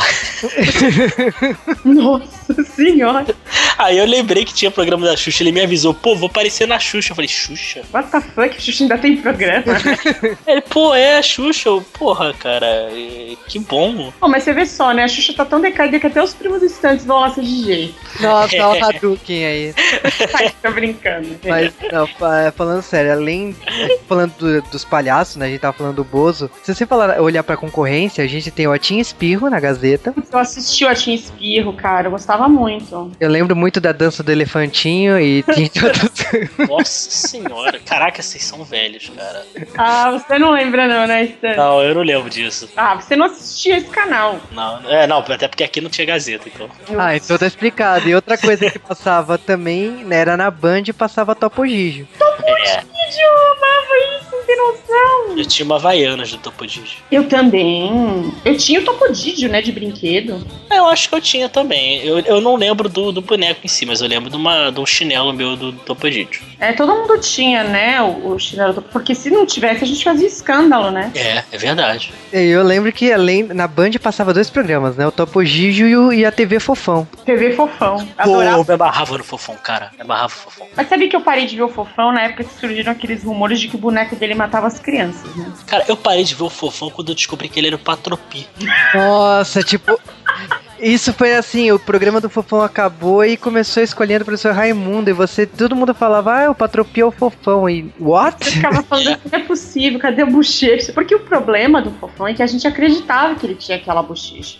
Nossa senhora. Aí eu lembrei que tinha programa da Xuxa, ele me avisou, pô, vou aparecer na Xuxa. Eu falei, Xuxa? What the fuck? Xuxa ainda tem programa? Ele, pô, é a Xuxa. Eu, porra, cara, que bom. Pô, mas você vê só, né? A Xuxa tá tão decaída que até os primos distantes vão lá ser DJ. Nossa, olha o Hadouken aí. Tô brincando. Mas, não, falando sério, além, falando dos palhaços, né, a gente tava falando do Bozo, se você olhar pra concorrência, a gente tem o Atim Espirro na Gazeta. Eu assisti o Atim Espirro, cara, eu gostava muito. Eu lembro muito da dança do elefantinho e tem todos... Nossa senhora, caraca, vocês são velhos, cara. Ah, você não lembra não, né, Stan? Não, eu não lembro disso. Ah, você não assistia esse canal. Não, até porque aqui não tinha Gazeta, então. Então tá explicado. E outra coisa que passava também, né, era na Band e passava Topo Gigio. Eu amava isso, não tem noção. Eu tinha uma Havaianas do Topodígio. Eu também. Eu tinha o Topodígio, né, de brinquedo. Eu acho que eu tinha também. Eu não lembro do boneco em si, mas eu lembro de um chinelo meu do Topodígio. Todo mundo tinha, né, o chinelo do... Porque se não tivesse, a gente fazia escândalo, né? É verdade. E eu lembro que na Band passava 2 programas, né, o Topo Gigio e a TV Fofão. TV Fofão. Pô, Adorava. eu me amarrava no Fofão, cara. Me amarrava no Fofão. Mas sabia que eu parei de ver o Fofão na época que surgiram aqueles rumores de que o boneco dele matava as crianças, né? Cara, eu parei de ver o Fofão quando eu descobri que ele era o Patropi. Nossa, tipo... Isso foi assim, o programa do Fofão acabou e começou escolhendo o professor Raimundo e todo mundo falava, o Patropi é o Fofão e... What? Eu ficava falando assim, não é possível, cadê a bochecha? Porque o problema do Fofão é que a gente acreditava que ele tinha aquela bochecha.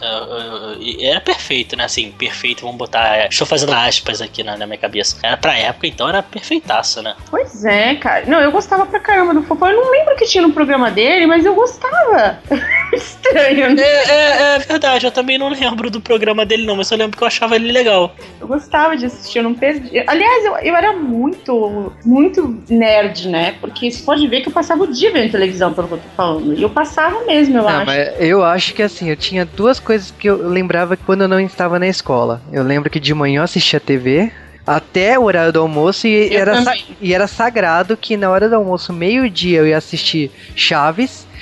Era perfeito, né? Assim, perfeito, vamos botar... Estou fazendo aspas aqui na minha cabeça. Era pra época, então era perfeitaço, né? Pois é, cara. Não, eu gostava pra caramba do Fofão. Eu não lembro o que tinha no programa dele, mas eu gostava. Estranho, né? É verdade, eu também não lembro do programa dele não, mas eu lembro que eu achava ele legal. Eu gostava de assistir, eu não perdi. Aliás, eu era muito nerd, né? Porque você pode ver que eu passava o dia vendo televisão, pelo que eu tô falando. E eu passava mesmo, eu acho. Mas eu acho que assim, eu tinha 2 coisas que eu lembrava quando eu não estava na escola. Eu lembro que de manhã eu assistia TV até o horário do almoço e era sagrado que na hora do almoço, meio-dia, eu ia assistir Chaves.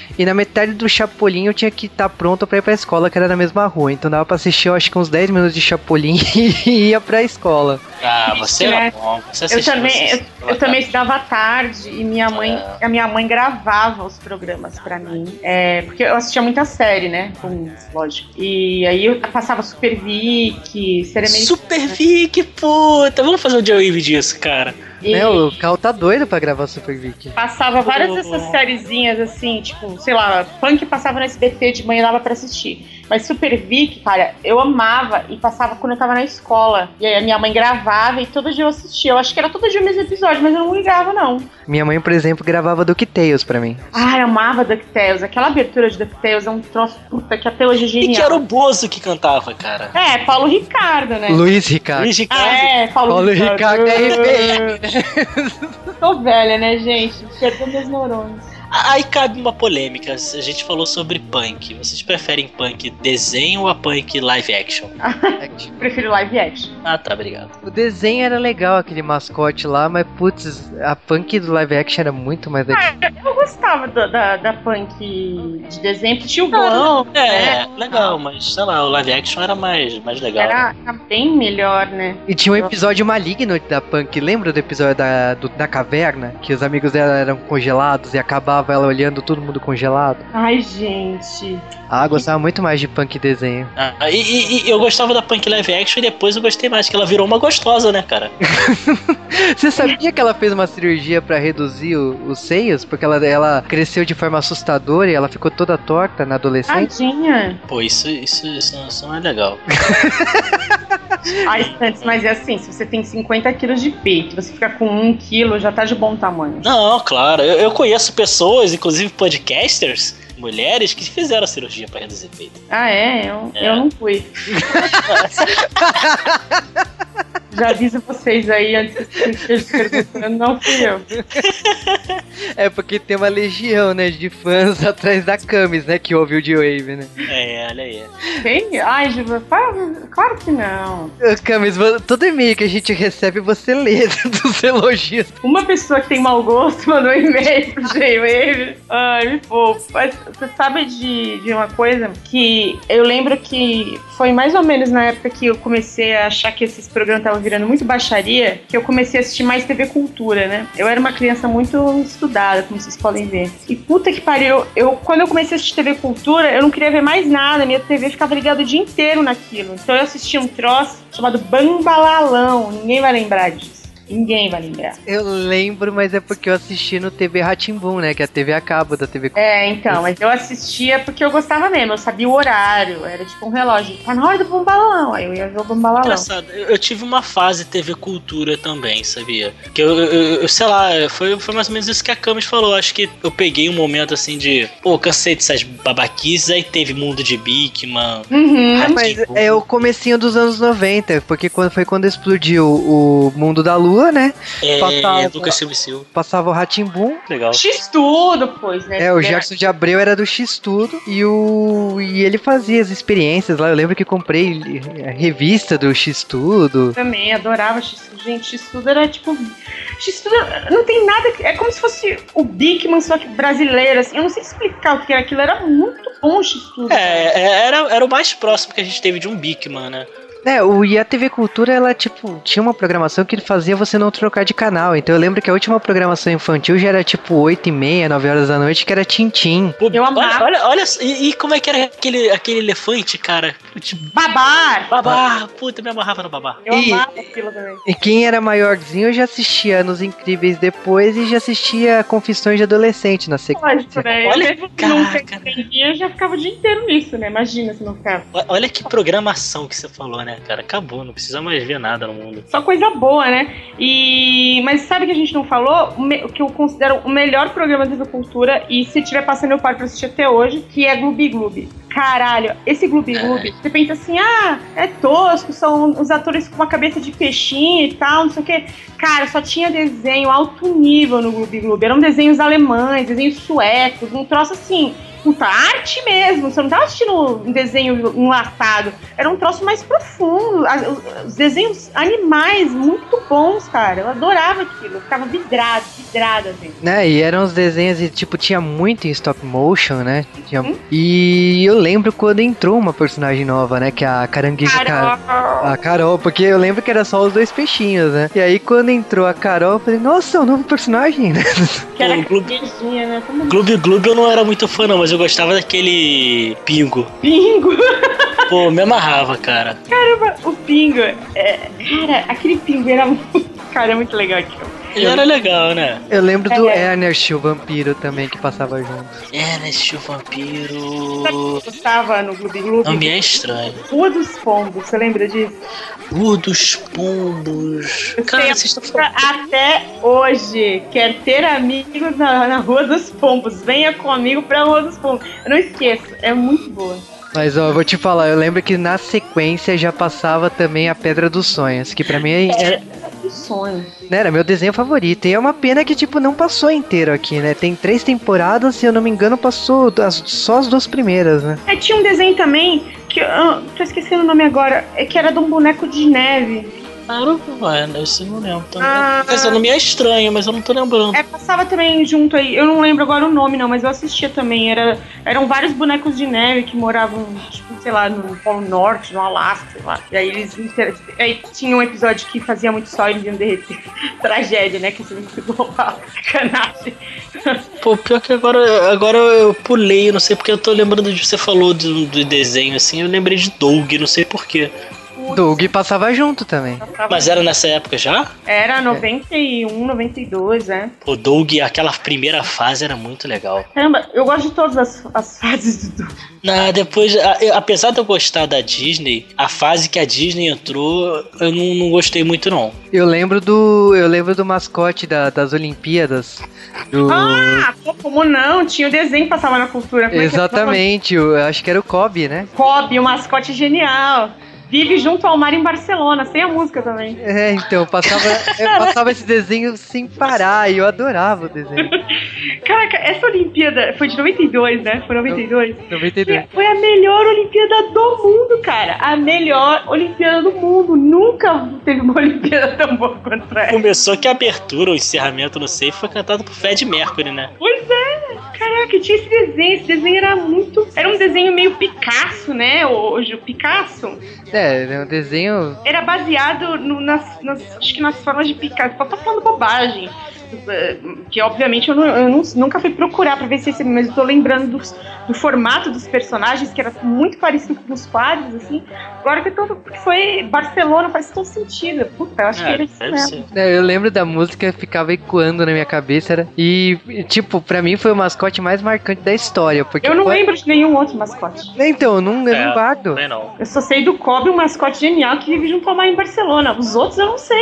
E na metade do Chapolin eu tinha que estar pronto pra ir pra escola, que era na mesma rua. Então dava pra assistir, eu acho que uns 10 minutos de Chapolin e ia pra escola. Ah, você era bom. Eu também estudava à tarde e a minha mãe gravava os programas pra mim. Porque eu assistia muita série, né? Lógico. E aí eu passava Super Vic, série americana. Super Vic, puta! Vamos fazer um Joe disso, cara. O Cal tá doido pra gravar Super Vic. Passava várias dessas sériezinhas assim, tipo, sei lá, Punk passava no SBT de manhã, dava pra assistir. Mas Super Vic, cara, eu amava e passava quando eu tava na escola. E aí a minha mãe gravava e todo dia eu assistia. Eu acho que era todo dia o mesmo episódio, mas eu não ligava, não. Minha mãe, por exemplo, gravava DuckTales pra mim. Ah, eu amava DuckTales. Aquela abertura de DuckTales é um troço, puta, que até hoje é genial. E que era o Bozo que cantava, cara. Paulo Ricardo, né? Luiz Ricardo. Paulo Ricardo é RPM. Tô velha, né, gente? Perdeu meus neurônios. Aí cabe uma polêmica. A gente falou sobre Punk. Vocês preferem Punk desenho ou a Punk live action? Prefiro live action. Ah, tá, obrigado. O desenho era legal, aquele mascote lá, mas putz, a Punk do live action era muito mais legal. Eu gostava da Punk de desenho, que tinha o Golão. Legal, mas sei lá, o live action era mais legal. Era bem melhor, né? E tinha um episódio maligno da Punk, lembra do episódio da caverna? Que os amigos dela eram congelados e acabava ela olhando todo mundo congelado. Ai, gente. Gostava muito mais de Punk desenho. E eu gostava da Punk live action e depois eu gostei mais, que ela virou uma gostosa, né, cara? Você sabia que ela fez uma cirurgia pra reduzir os seios? Porque ela cresceu de forma assustadora e ela ficou toda torta na adolescência? Tadinha. Pô, isso não é legal. Mas é assim, se você tem 50 quilos de peito, você fica com 1 quilo, já tá de bom tamanho. Não, claro. Eu conheço pessoas, inclusive podcasters, mulheres, que fizeram a cirurgia pra reduzir peito. Eu não fui. Já aviso vocês aí, antes que vocês perguntando, não fui eu. É porque tem uma legião, né, de fãs atrás da Camis, né, que ouve o G-Wave, né? Olha aí. Tem? Ai, Giva, claro que não. Camis, todo e-mail que a gente recebe, você lê dos elogios. Uma pessoa que tem mau gosto mandou um e-mail pro G-Wave. Ai, me poupa. Mas você sabe de uma coisa? Que eu lembro que foi mais ou menos na época que eu comecei a achar que esses programas estavam virando muito baixaria, que eu comecei a assistir mais TV Cultura, né? Eu era uma criança muito estudada, como vocês podem ver. E puta que pariu, quando eu comecei a assistir TV Cultura, eu não queria ver mais nada, minha TV ficava ligada o dia inteiro naquilo. Então eu assistia um troço chamado Bambalalão, ninguém vai lembrar disso. Ninguém vai lembrar. Eu lembro, mas é porque eu assisti no TV Rá-Tim-Bum, né? Que é a TV a cabo da TV Cultura. Então, mas eu assistia porque eu gostava mesmo, eu sabia o horário, era tipo um relógio. Tá na hora do Bambalalão, aí eu ia ver o Bambalalão. Engraçado, eu tive uma fase TV Cultura também, sabia? Que eu sei lá, foi mais ou menos isso que a Camis falou. Acho que eu peguei um momento assim de, cansei dessas babaquices, aí teve Mundo de Bigman. Mas é o comecinho dos anos 90, porque foi quando explodiu o Mundo da Lua, né? Lucas Silva. Passava o Rá-Tim-Bum. Legal. X-Tudo, pois, né? O Jackson de Abreu era do X-Tudo e ele fazia as experiências lá. Eu lembro que comprei a revista do X-Tudo. Também, adorava X-Tudo. Gente, X-Tudo era tipo... X-Tudo não tem nada... É como se fosse o Bigman, só que brasileiro, assim. Eu não sei explicar o que era aquilo. Era muito bom o X-Tudo. Era o mais próximo que a gente teve de um Bigman, né? E a TV Cultura, ela, tipo, tinha uma programação que fazia você não trocar de canal. Então eu lembro que a última programação infantil já era, tipo, 8h30, 9 horas da noite, que era Tintim. Eu amava. Olha, e como é que era aquele elefante, cara? Tipo, Babar. Puta, me amarrava no Babar. Eu amava aquilo também. E quem era maiorzinho já assistia Anos Incríveis depois e já assistia Confissões de Adolescente na sequência. Lógico, né? Olha, eu já ficava o dia inteiro nisso, né? Imagina se não ficava. Olha que programação que você falou, né, cara? Acabou, não precisa mais ver nada no mundo. Só coisa boa, né? Mas sabe que a gente não falou? O que eu considero o melhor programa de TV Cultura, e se tiver passando eu paro pra assistir até hoje, que é Gloob Gloob. Caralho, esse Gloob Gloob, você pensa assim, é tosco, são os atores com uma cabeça de peixinho e tal, não sei o quê. Cara, só tinha desenho alto nível no Gloob Gloob. Eram desenhos alemães, desenhos suecos, um troço assim, puta, arte mesmo. Você não tava assistindo um desenho enlatado. Era um troço mais profundo. Os desenhos animais muito bons, cara. Eu adorava aquilo. Eu ficava vidrada, assim. Né, e eram os desenhos e, tipo, tinha muito em stop motion, né? E eu lembro quando entrou uma personagem nova, né? Que é a carangueja. A Carol, porque eu lembro que era só os dois peixinhos, né? E aí quando entrou a Carol, eu falei, nossa, é um novo personagem, né? Que era caranguejinha, né? Gloob eu não era muito fã, não, mas eu gostava daquele Pingo. Pô, me amarrava, cara. Caramba, o Pingo. Cara, aquele Pingo era muito. Cara, é muito legal aquilo. Ele era legal, né? Eu lembro do Ernest, o vampiro, também, que passava junto. Ernest, o vampiro. Eu gostava no Gloob. Não me é estranho. Rua dos Pombos, você lembra disso? Rua dos Pombos. Cara, vocês estão falando. Até hoje, quer ter amigos na Rua dos Pombos. Venha comigo pra Rua dos Pombos. Eu não esqueço, é muito boa. Mas, ó, eu vou te falar, eu lembro que na sequência já passava também a Pedra dos Sonhos, que pra mim era... sonho. Era meu desenho favorito. E é uma pena que, tipo, não passou inteiro aqui, né? Tem 3 temporadas, se eu não me engano, passou só as 2 primeiras, né? Tinha um desenho também, que eu tô esquecendo o nome agora, que era de um boneco de neve. Caramba, esse eu não lembro também. Quer dizer, não me é estranho, mas eu não tô lembrando. Passava também junto aí, eu não lembro agora o nome não, mas eu assistia também. Eram vários bonecos de neve que moravam, tipo, sei lá, no Polo Norte, no Alasca, sei lá. E aí aí tinha um episódio que fazia muito sol e eles iam derreter. Tragédia, né? Que isso é muito global. Sacanagem. Pô, pior que agora eu pulei, eu não sei porque eu tô lembrando de você falou do desenho assim, eu lembrei de Doug, não sei porquê. Doug passava junto também. Mas era nessa época já? Era 91, 92, O Doug, aquela primeira fase era muito legal. Caramba, eu gosto de todas as fases do Doug. Depois, apesar de eu gostar da Disney, a fase que a Disney entrou, eu não gostei muito, não. Eu lembro do mascote das Olimpíadas. Como não? Tinha o desenho que passava na cultura. Exatamente, eu acho que era o Kobe, né? Kobe, o mascote genial. Vive junto ao mar em Barcelona, sem a música também. Então, eu passava esse desenho sem parar e eu adorava o desenho. Caraca, essa Olimpíada foi de 92, né? Foi 92? 92. Foi a melhor Olimpíada do mundo, cara. A melhor Olimpíada do mundo. Nunca teve uma Olimpíada tão boa quanto essa. Começou que a abertura, o encerramento, não sei, foi cantado por Fred Mercury, né? Pois é. Caraca, tinha esse desenho. Esse desenho era muito... Era um desenho meio Picasso, né? Hoje, o Picasso... É um desenho... Era baseado acho que nas formas de Picasso. Tô falando bobagem. Que obviamente eu nunca fui procurar pra ver se esse... Mas eu tô lembrando do formato dos personagens, que era muito parecido com os quadros, assim. Agora que foi Barcelona, faz todo sentido. Puta, eu acho que era isso mesmo. Eu lembro da música, ficava ecoando na minha cabeça. E, tipo, pra mim foi o mascote mais marcante da história. Porque eu não lembro de nenhum outro mascote. Então, eu não guardo. Não. Eu só sei do Kobe, um mascote genial que vive junto ao mar em Barcelona. Os outros eu não sei.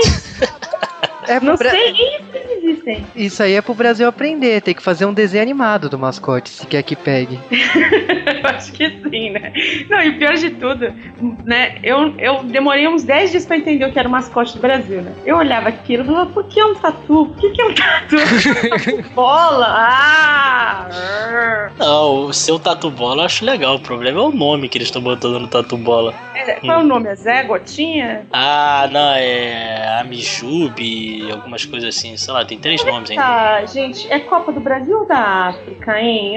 Não sei nem se eles existem. Isso aí é pro Brasil aprender. Tem que fazer um desenho animado do mascote, se quer que pegue. Eu acho que sim, né? Não, e o pior de tudo, né? Eu demorei uns 10 dias pra entender o que era o mascote do Brasil, né? Eu olhava aquilo e falava, por que é um tatu? O que é um tatu? Bola! Não, o seu tatu bola eu acho legal. O problema é o nome que eles estão botando no tatu bola. Qual é o nome? É Zé Gotinha? Não, é Amijube, algumas coisas assim, sei lá, tem 3 nomes ainda. Gente, é Copa do Brasil ou da África, hein?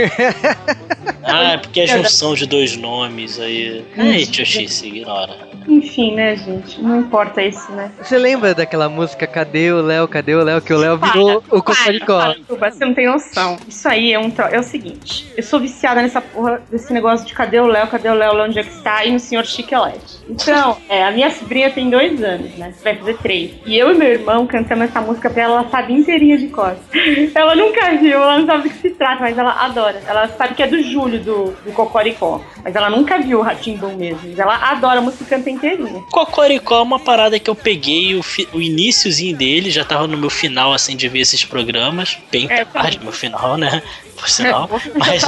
É porque é junção de 2 nomes aí. Tioxice, ignora. Enfim, né, gente? Não importa isso, né? Você lembra daquela música Cadê o Léo? Cadê o Léo? Que o Léo virou o Cocoricó. Você não tem noção. Isso aí é o seguinte. Eu sou viciada nessa porra desse negócio de cadê o Léo? Cadê o Léo? Onde é que está? E no Senhor Chiquelete. Então, a minha sobrinha tem 2 anos, né? Vai fazer 3. E eu e meu irmão cantamos essa música pra ela sabe inteirinha de cor. Ela nunca viu, ela não sabe do que se trata, mas ela adora. Ela sabe que é do Júlio, do Cocoricó. Mas ela nunca viu o Rá-Tim-Bum mesmo. Mas ela adora a música, canta inteirinha. Cocoricó é uma parada que eu peguei o iniciozinho dele, já tava no meu final, assim, de ver esses programas. Bem tarde, meu final, né? por sinal. Mas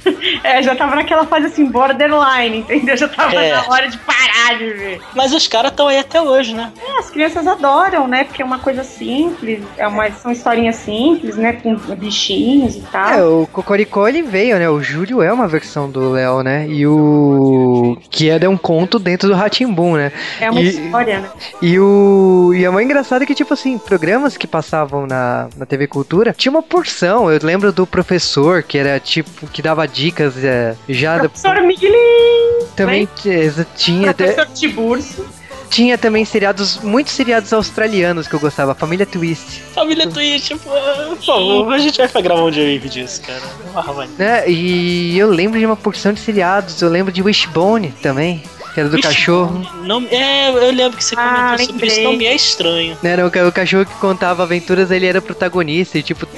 já tava naquela fase assim, borderline, entendeu? Já tava na hora de parar de ver. Mas os caras estão aí até hoje, né? As crianças adoram, né? Porque é uma coisa simples, são historinhas simples, né? Com bichinhos e tal. O Cocoricó, ele veio, né? O Júlio é uma versão do Léo, né? E o... que é um conto dentro do Rá-Tim-Bum, né? É uma história, né? E é mais engraçado que, tipo assim, programas que passavam na TV Cultura, tinha uma porção. Eu lembro do Professor, que era tipo, que dava dicas já... Professor Miguelin! Também tinha... Professor Tiburcio. Tinha também muitos seriados australianos que eu gostava. Família Twist. Família Twist, por favor, a gente vai gravar um dia disso, cara. E eu lembro de uma porção de seriados. Eu lembro de Wishbone também, que era do cachorro. Eu lembro que você comentou sobre isso, não me é estranho. Era o cachorro que contava aventuras, ele era protagonista. E tipo,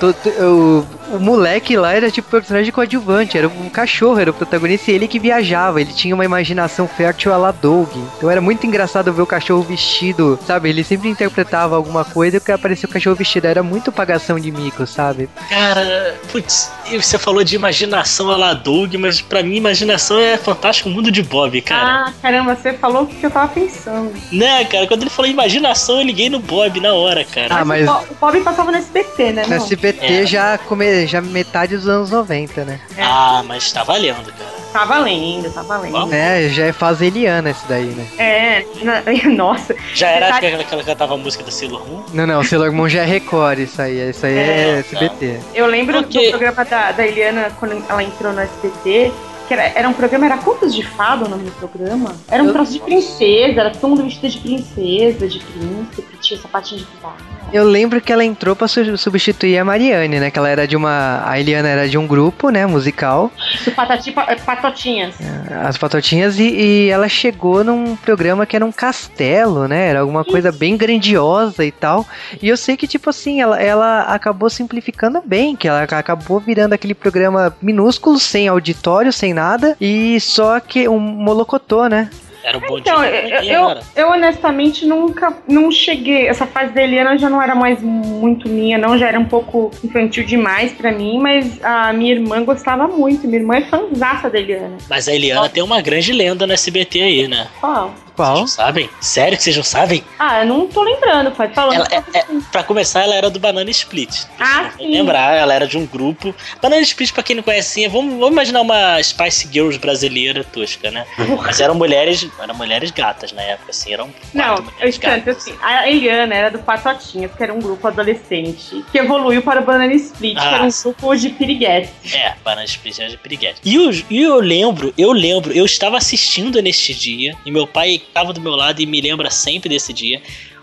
o moleque lá era tipo personagem coadjuvante. Era o cachorro, era o protagonista, e ele que viajava. Ele tinha uma imaginação fértil à la Doug. Então era muito engraçado ver o cachorro vestido, sabe? Ele sempre interpretava alguma coisa e que aparecia o cachorro vestido. Era muito pagação de mico, sabe? Cara, putz, você falou de imaginação à la Doug, mas pra mim imaginação é Fantástico Mundo de Bob, cara. Caramba, você falou o que eu tava pensando. Né, cara, quando ele falou imaginação, eu liguei no Bob na hora, cara. Mas o Bob passava no SBT, né? No SBT já metade dos anos 90, né? Mas tá valendo, cara. Tá valendo. Já é fase Eliana esse daí, né? Nossa. Já era aquela que cantava a música da Sailor Moon? Não, Sailor Moon já é Record, isso aí é SBT. Eu lembro do programa da Eliana, quando ela entrou no SBT, que era um programa, era Contos de Fada o nome do programa? Era um troço de princesa, era todo mundo vestido de princesa, de príncipe, tinha sapatinho de fada. Eu lembro que ela entrou pra substituir a Mariane, né? Que ela era a Eliana era de um grupo, né? Musical. Isso, Patotinhas. As Patotinhas, e ela chegou num programa que era um castelo, né? Era alguma coisa bem grandiosa e tal. E eu sei que, tipo assim, ela acabou simplificando bem, que ela acabou virando aquele programa minúsculo, sem auditório, sem nada, e só que um molocotô, né? Era um bom então, eu honestamente não cheguei. Essa fase da Eliana já não era mais muito minha, não. Já era um pouco infantil demais pra mim, mas a minha irmã gostava muito. Minha irmã é fãzaça da Eliana. Mas a Eliana tem uma grande lenda no SBT aí, né? Qual? Vocês não sabem? Sério que vocês não sabem? Eu não tô lembrando, pode falar. Pra começar, ela era do Banana Split. Sim. Lembrar, ela era de um grupo. Banana Split, pra quem não conhece, vamos imaginar uma Spice Girls brasileira tosca, né? Mas eram mulheres gatas na época, assim, eram assim, a Eliana era do Patotinhas, que era um grupo adolescente, que evoluiu para o Banana Split, que era um grupo de piriguete. Banana Split era de piriguete. E eu lembro, eu estava assistindo neste dia, e meu pai estava do meu lado e me lembra sempre desse dia.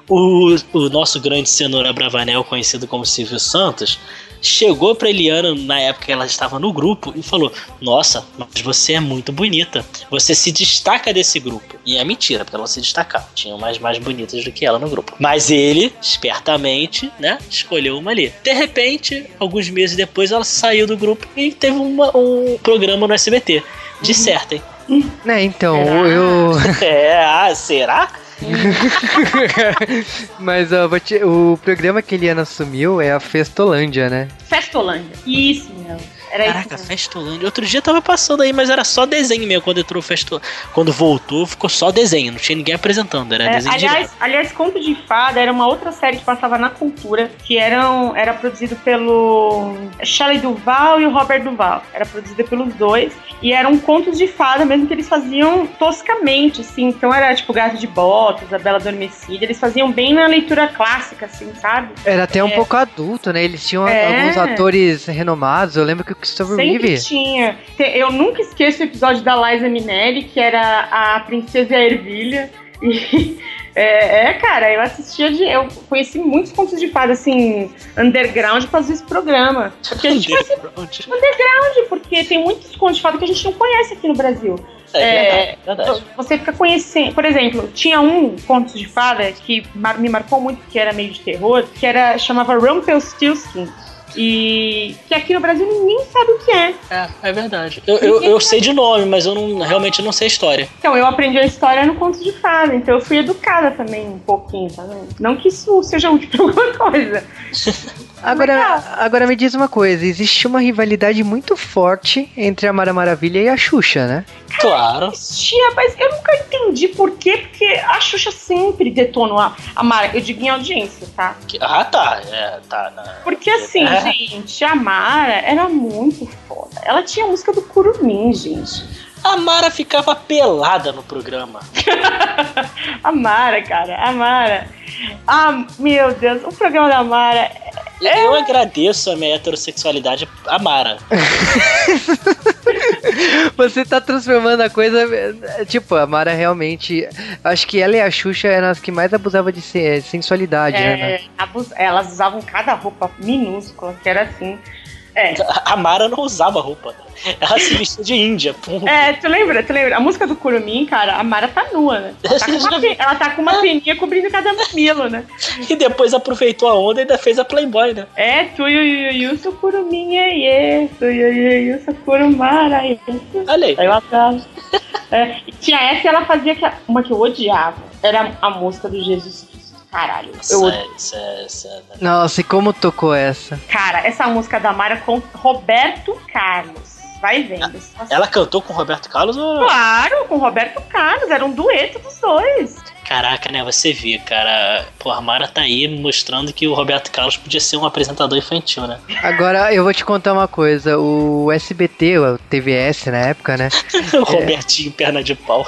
O nosso grande cenoura Bravanel, conhecido como Silvio Santos, chegou pra Eliana na época que ela estava no grupo e falou: nossa, mas você é muito bonita, você se destaca desse grupo. E é mentira, porque ela não se destacava, tinham mais bonitas do que ela no grupo. Mas ele, espertamente, né, escolheu uma ali. De repente, alguns meses depois, ela saiu do grupo e teve um programa no SBT. Dissertem. Né, então, será? Mas o programa que a Eliana assumiu é a Festolândia, né? Festolândia, isso, meu. Caraca, Festolândia. Outro dia tava passando aí, mas era só desenho mesmo. Quando voltou, ficou só desenho. Não tinha ninguém apresentando, era desenho aliás, Conto de Fada era uma outra série que passava na Cultura, que era produzido pelo Shelley Duvall e o Robert Duvall. Era produzida pelos dois. E eram contos de fada mesmo, que eles faziam toscamente, assim. Então era tipo Gato de Botas, A Bela Adormecida. Eles faziam bem na leitura clássica, assim, sabe? Era até um pouco adulto, né? Eles tinham alguns atores renomados. Eu lembro que o Christopher Reeve tinha. Eu nunca esqueço o episódio da Liza Minnelli, que era a Princesa Ervilha. E cara, eu conheci muitos contos de fada, assim, underground, pra fazer esse programa. Porque a gente underground, porque tem muitos contos de fada que a gente não conhece aqui no Brasil. Verdade. Você fica conhecendo. Por exemplo, tinha um conto de fada que me marcou muito, que era meio de terror, que chamava Rumpelstiltskin. E que aqui no Brasil ninguém sabe o que é. É verdade. Eu sei de nome, mas eu realmente não sei a história. Então, eu aprendi a história no Conto de Fada, então eu fui educada também um pouquinho, tá vendo? Não que isso seja útil pra alguma coisa. Agora me diz uma coisa, existe uma rivalidade muito forte entre a Mara Maravilha e a Xuxa, né? Claro. Existia, mas eu nunca entendi por quê, porque a Xuxa sempre detonou a Mara, eu digo em audiência, tá? Tá. Porque assim, gente, a Mara era muito foda. Ela tinha a música do Curumim, gente. A Mara ficava pelada no programa. A Mara, cara, a Mara. Ah, meu Deus, o programa da Mara... Eu agradeço a minha heterossexualidade a Mara. Você tá transformando a coisa... Tipo, a Mara realmente... Acho que ela e a Xuxa eram as que mais abusavam de sensualidade, né? Elas usavam cada roupa minúscula, que era assim... A Mara não usava roupa. Ela se vestia de índia. Ponto. Tu lembra? A música do Curumim, cara, a Mara tá nua, né? Ela tá com uma peninha cobrindo cada mamilo, né? E depois aproveitou a onda e ainda fez a Playboy, né? Tu e o Curumim, tu e o Curumara, olha aí. Eu atraso. Tinha essa e ela fazia uma que eu odiava. Era a música do Jesus Cristo. Caralho. Nossa, e como tocou essa? Cara, essa música da Mara com Roberto Carlos. Vai vendo. Ela cantou com o Roberto Carlos? Ou... Claro, com o Roberto Carlos. Era um dueto dos dois. Caraca, né? Você vê, cara. Pô, a Mara tá aí mostrando que o Roberto Carlos podia ser um apresentador infantil, né? Agora, eu vou te contar uma coisa. O SBT, o TVS na época, né? O Robertinho, perna de pau.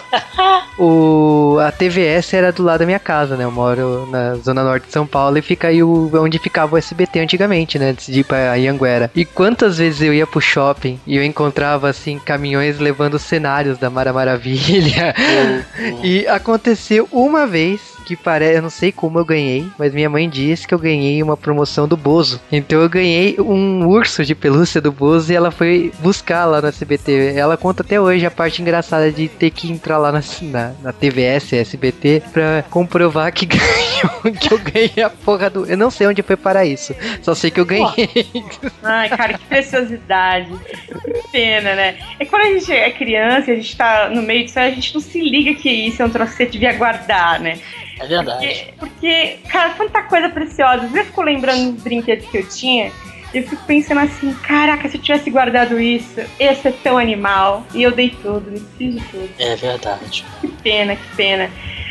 A TVS era do lado da minha casa, né? Eu moro na zona norte de São Paulo e fica aí onde ficava o SBT antigamente, né? Antes de ir pra Anhanguera. E quantas vezes eu ia pro shopping e eu encontrava, assim, caminhões levando cenários da Mara Maravilha. E aconteceu uma vez que eu não sei como eu ganhei, mas minha mãe disse que eu ganhei uma promoção do Bozo. Então eu ganhei um urso de pelúcia do Bozo e ela foi buscar lá no SBT. Ela conta até hoje a parte engraçada de ter que entrar lá na TVS, SBT, pra comprovar que eu ganhei a porra do... Eu não sei onde foi para isso, só sei que eu ganhei. Ai, cara, que preciosidade. Que pena, né? É quando a gente é criança, a gente tá no meio disso, a gente não se liga que isso é um troço que você devia guardar, né? É verdade. Porque, cara, quanta coisa preciosa. Eu fico lembrando dos brinquedos que eu tinha. Eu fico pensando assim, caraca, se eu tivesse guardado isso, esse é tão animal. E eu dei tudo, me fiz de tudo. É verdade. Que pena, que pena.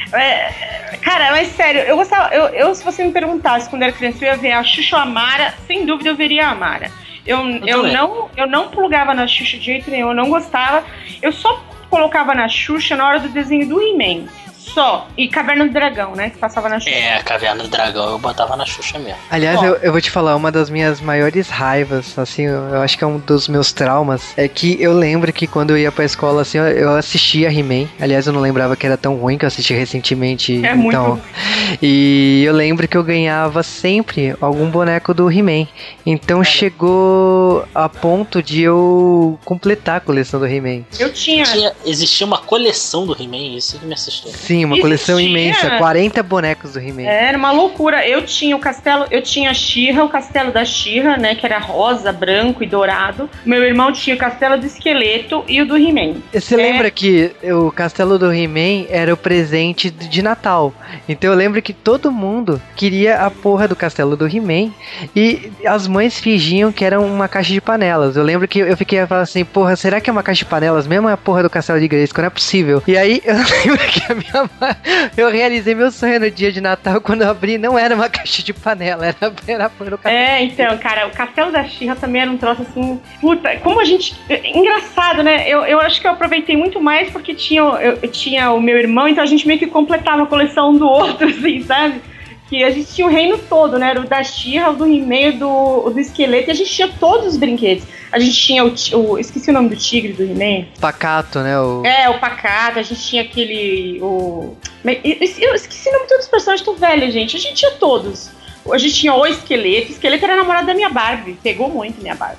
Cara, mas sério, eu gostava. Se você me perguntasse quando eu era criança, eu ia ver a Xuxa ou a Mara, sem dúvida eu veria a Mara. Eu não plugava na Xuxa de jeito nenhum, eu não gostava. Eu só colocava na Xuxa na hora do desenho do He-Man. Só. E Caverna do Dragão, né? Que passava na Xuxa. Caverna do Dragão eu botava na Xuxa mesmo. Aliás, eu vou te falar, uma das minhas maiores raivas, assim, eu acho que é um dos meus traumas, é que eu lembro que quando eu ia pra escola, assim, eu assistia He-Man. Aliás, eu não lembrava que era tão ruim, que eu assisti recentemente. É muito ruim. E eu lembro que eu ganhava sempre algum boneco do He-Man. Então chegou a ponto de eu completar a coleção do He-Man. Existia uma coleção do He-Man, isso que me assustou. Sim, uma coleção imensa, 40 bonecos do He-Man. Era uma loucura. Eu tinha a She-Ra, o castelo da She-Ra, né, que era rosa, branco e dourado. Meu irmão tinha o castelo do esqueleto e o do He-Man. Você lembra que o castelo do He-Man era o presente de Natal? Então eu lembro que todo mundo queria a porra do castelo do He-Man e as mães fingiam que era uma caixa de panelas. Eu lembro que eu fiquei falando assim, porra, será que é uma caixa de panelas mesmo ou é a porra do castelo de Grayskull? Não é possível. E aí eu lembro que eu realizei meu sonho no dia de Natal, quando eu abri, não era uma caixa de panela, era por o castelo. Então, cara, o castelo da She-Ra também era um troço assim, puta, como a gente... Engraçado, né? Eu acho que eu aproveitei muito mais porque eu tinha o meu irmão, então a gente meio que completava a coleção um do outro, assim, sabe? Que a gente tinha o reino todo, né? Era o da She-Ra, o do He-Man, do esqueleto, e a gente tinha todos os brinquedos. A gente tinha esqueci o nome do tigre do He-Man. Pacato, né? O Pacato. A gente tinha aquele... Eu esqueci o nome de todos os personagens, tô velha, gente. A gente tinha todos. A gente tinha o esqueleto. O esqueleto era namorado da minha Barbie. Pegou muito minha Barbie.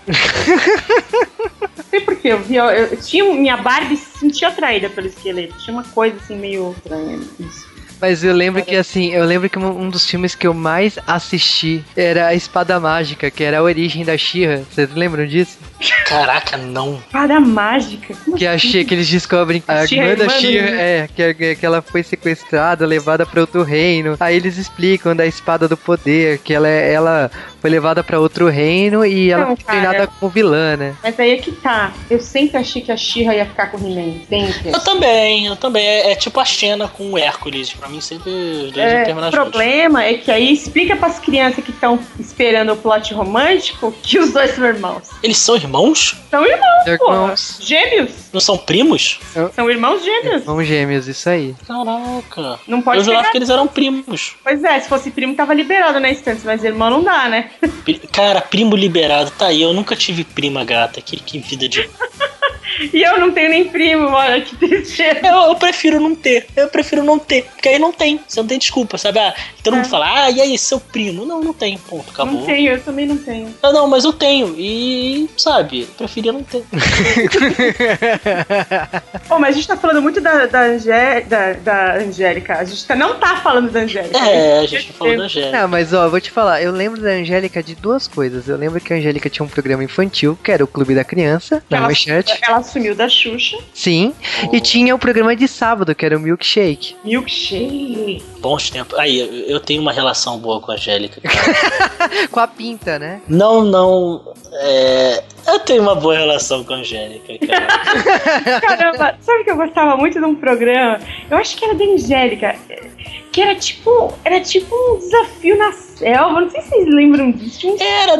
Não sei porquê. Eu tinha minha Barbie, se sentia atraída pelo esqueleto. Tinha uma coisa assim meio estranha nisso. Mas eu lembro que um dos filmes que eu mais assisti era A Espada Mágica, que era a origem da She-Ra. Vocês lembram disso? Caraca, não. Espada mágica? Como Que assim? achei que eles descobrem que a She-Ra, irmã da irmã, She-Ra, né? que ela foi sequestrada, levada pra outro reino. Aí eles explicam da espada do poder, que ela foi levada pra outro reino e ela Não, foi treinada cara. como vilã, né? Mas aí é que tá. Eu sempre achei que a She-Ra ia ficar com o He-Man. Sempre. Eu também. É tipo a Xena com o Hércules. Pra mim, sempre os dois vão O terminar juntos. problema é que aí explica pras crianças que estão esperando o plot romântico que os dois são irmãos. Eles são irmãos? São irmãos, pô. Irmãos. Gêmeos. Não são primos? São irmãos gêmeos. São gêmeos, isso aí. Caraca. Não pode Eu jurava pegar. que eles eram primos. Pois é, se fosse primo tava liberado na instância, mas irmão não dá, né? Cara, primo liberado, tá aí. Eu nunca tive prima gata. Que vida de. E eu não tenho nem primo, olha que tristeza. Eu prefiro não ter. Porque aí não tem. Você não tem desculpa, sabe? Todo mundo fala, e aí, seu primo? Não tem. Ponto, acabou. Não tenho, eu também não tenho. Não, mas eu tenho. E, sabe, eu preferia não ter. Pô, mas a gente tá falando muito da Angélica. A gente não tá falando da Angélica. A gente tá falando da Angélica. Não, mas ó, vou te falar, eu lembro da Angélica de duas coisas. Eu lembro que a Angélica tinha um programa infantil, que era o Clube da Criança, na Manchete. Ela sumiu da Xuxa. Sim. E tinha o programa de sábado, que era o Milkshake. Milkshake. Bons tempos. Aí, eu tenho uma relação boa com a Angélica, cara. Com a Pinta, né? Não. Eu tenho uma boa relação com a Angélica, cara. Caramba, sabe que eu gostava muito de um programa? Eu acho que era da Angélica. Que era tipo um desafio na selva. Não sei se vocês lembram disso. Era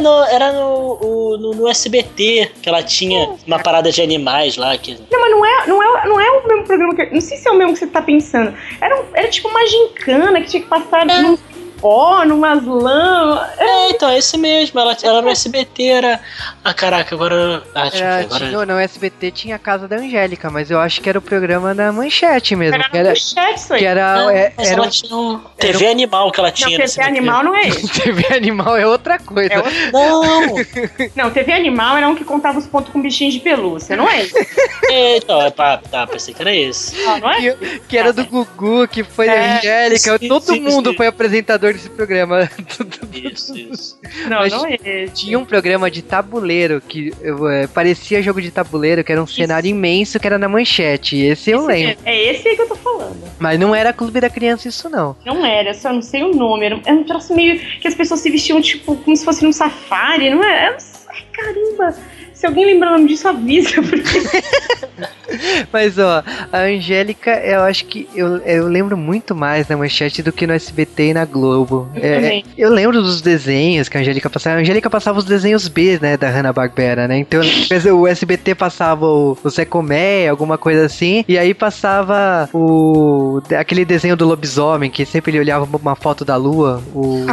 no SBT, que ela tinha uma parada de animais lá. Que... Não, mas não é o mesmo programa que. Não sei se é o mesmo que você tá pensando. Era tipo uma gincana que tinha que passar num pó, numas lãs. Então, é esse mesmo. Ela no SBT era. Caraca, agora. No SBT tinha a Casa da Angélica, mas eu acho que era o programa da Manchete mesmo. Era que era, Manchete isso aí. que era, mas era ela tinha um TV Animal que ela tinha. Não, no TV SBT. Animal não é esse. TV Animal é outra coisa. Não! Não, TV Animal era um que contava os pontos com bichinhos de pelúcia, não é esse? Então, pensei que era esse. Não é? Que era do Gugu, que foi a Angélica. Todo mundo foi apresentador desse programa. Isso. Não Mas é esse. Tinha um programa de tabuleiro que parecia jogo de tabuleiro, que era um cenário imenso, que era na Manchete. Esse eu lembro. É esse aí que eu tô falando. Mas não era Clube da Criança isso, não. Não era, só não sei o nome. Era um troço meio que as pessoas se vestiam, tipo, como se fosse num safari, não é? Ai, caramba! Se alguém lembrar o nome disso, avisa. Porque... Mas, ó, a Angélica, eu acho que eu lembro muito mais na Manchete do que no SBT e na Globo. Eu lembro dos desenhos que a Angélica passava. A Angélica passava os desenhos B, né, da Hanna-Barbera, né? Então, o SBT passava o Zé Comé, alguma coisa assim, e aí passava aquele desenho do lobisomem, que sempre ele olhava uma foto da lua, o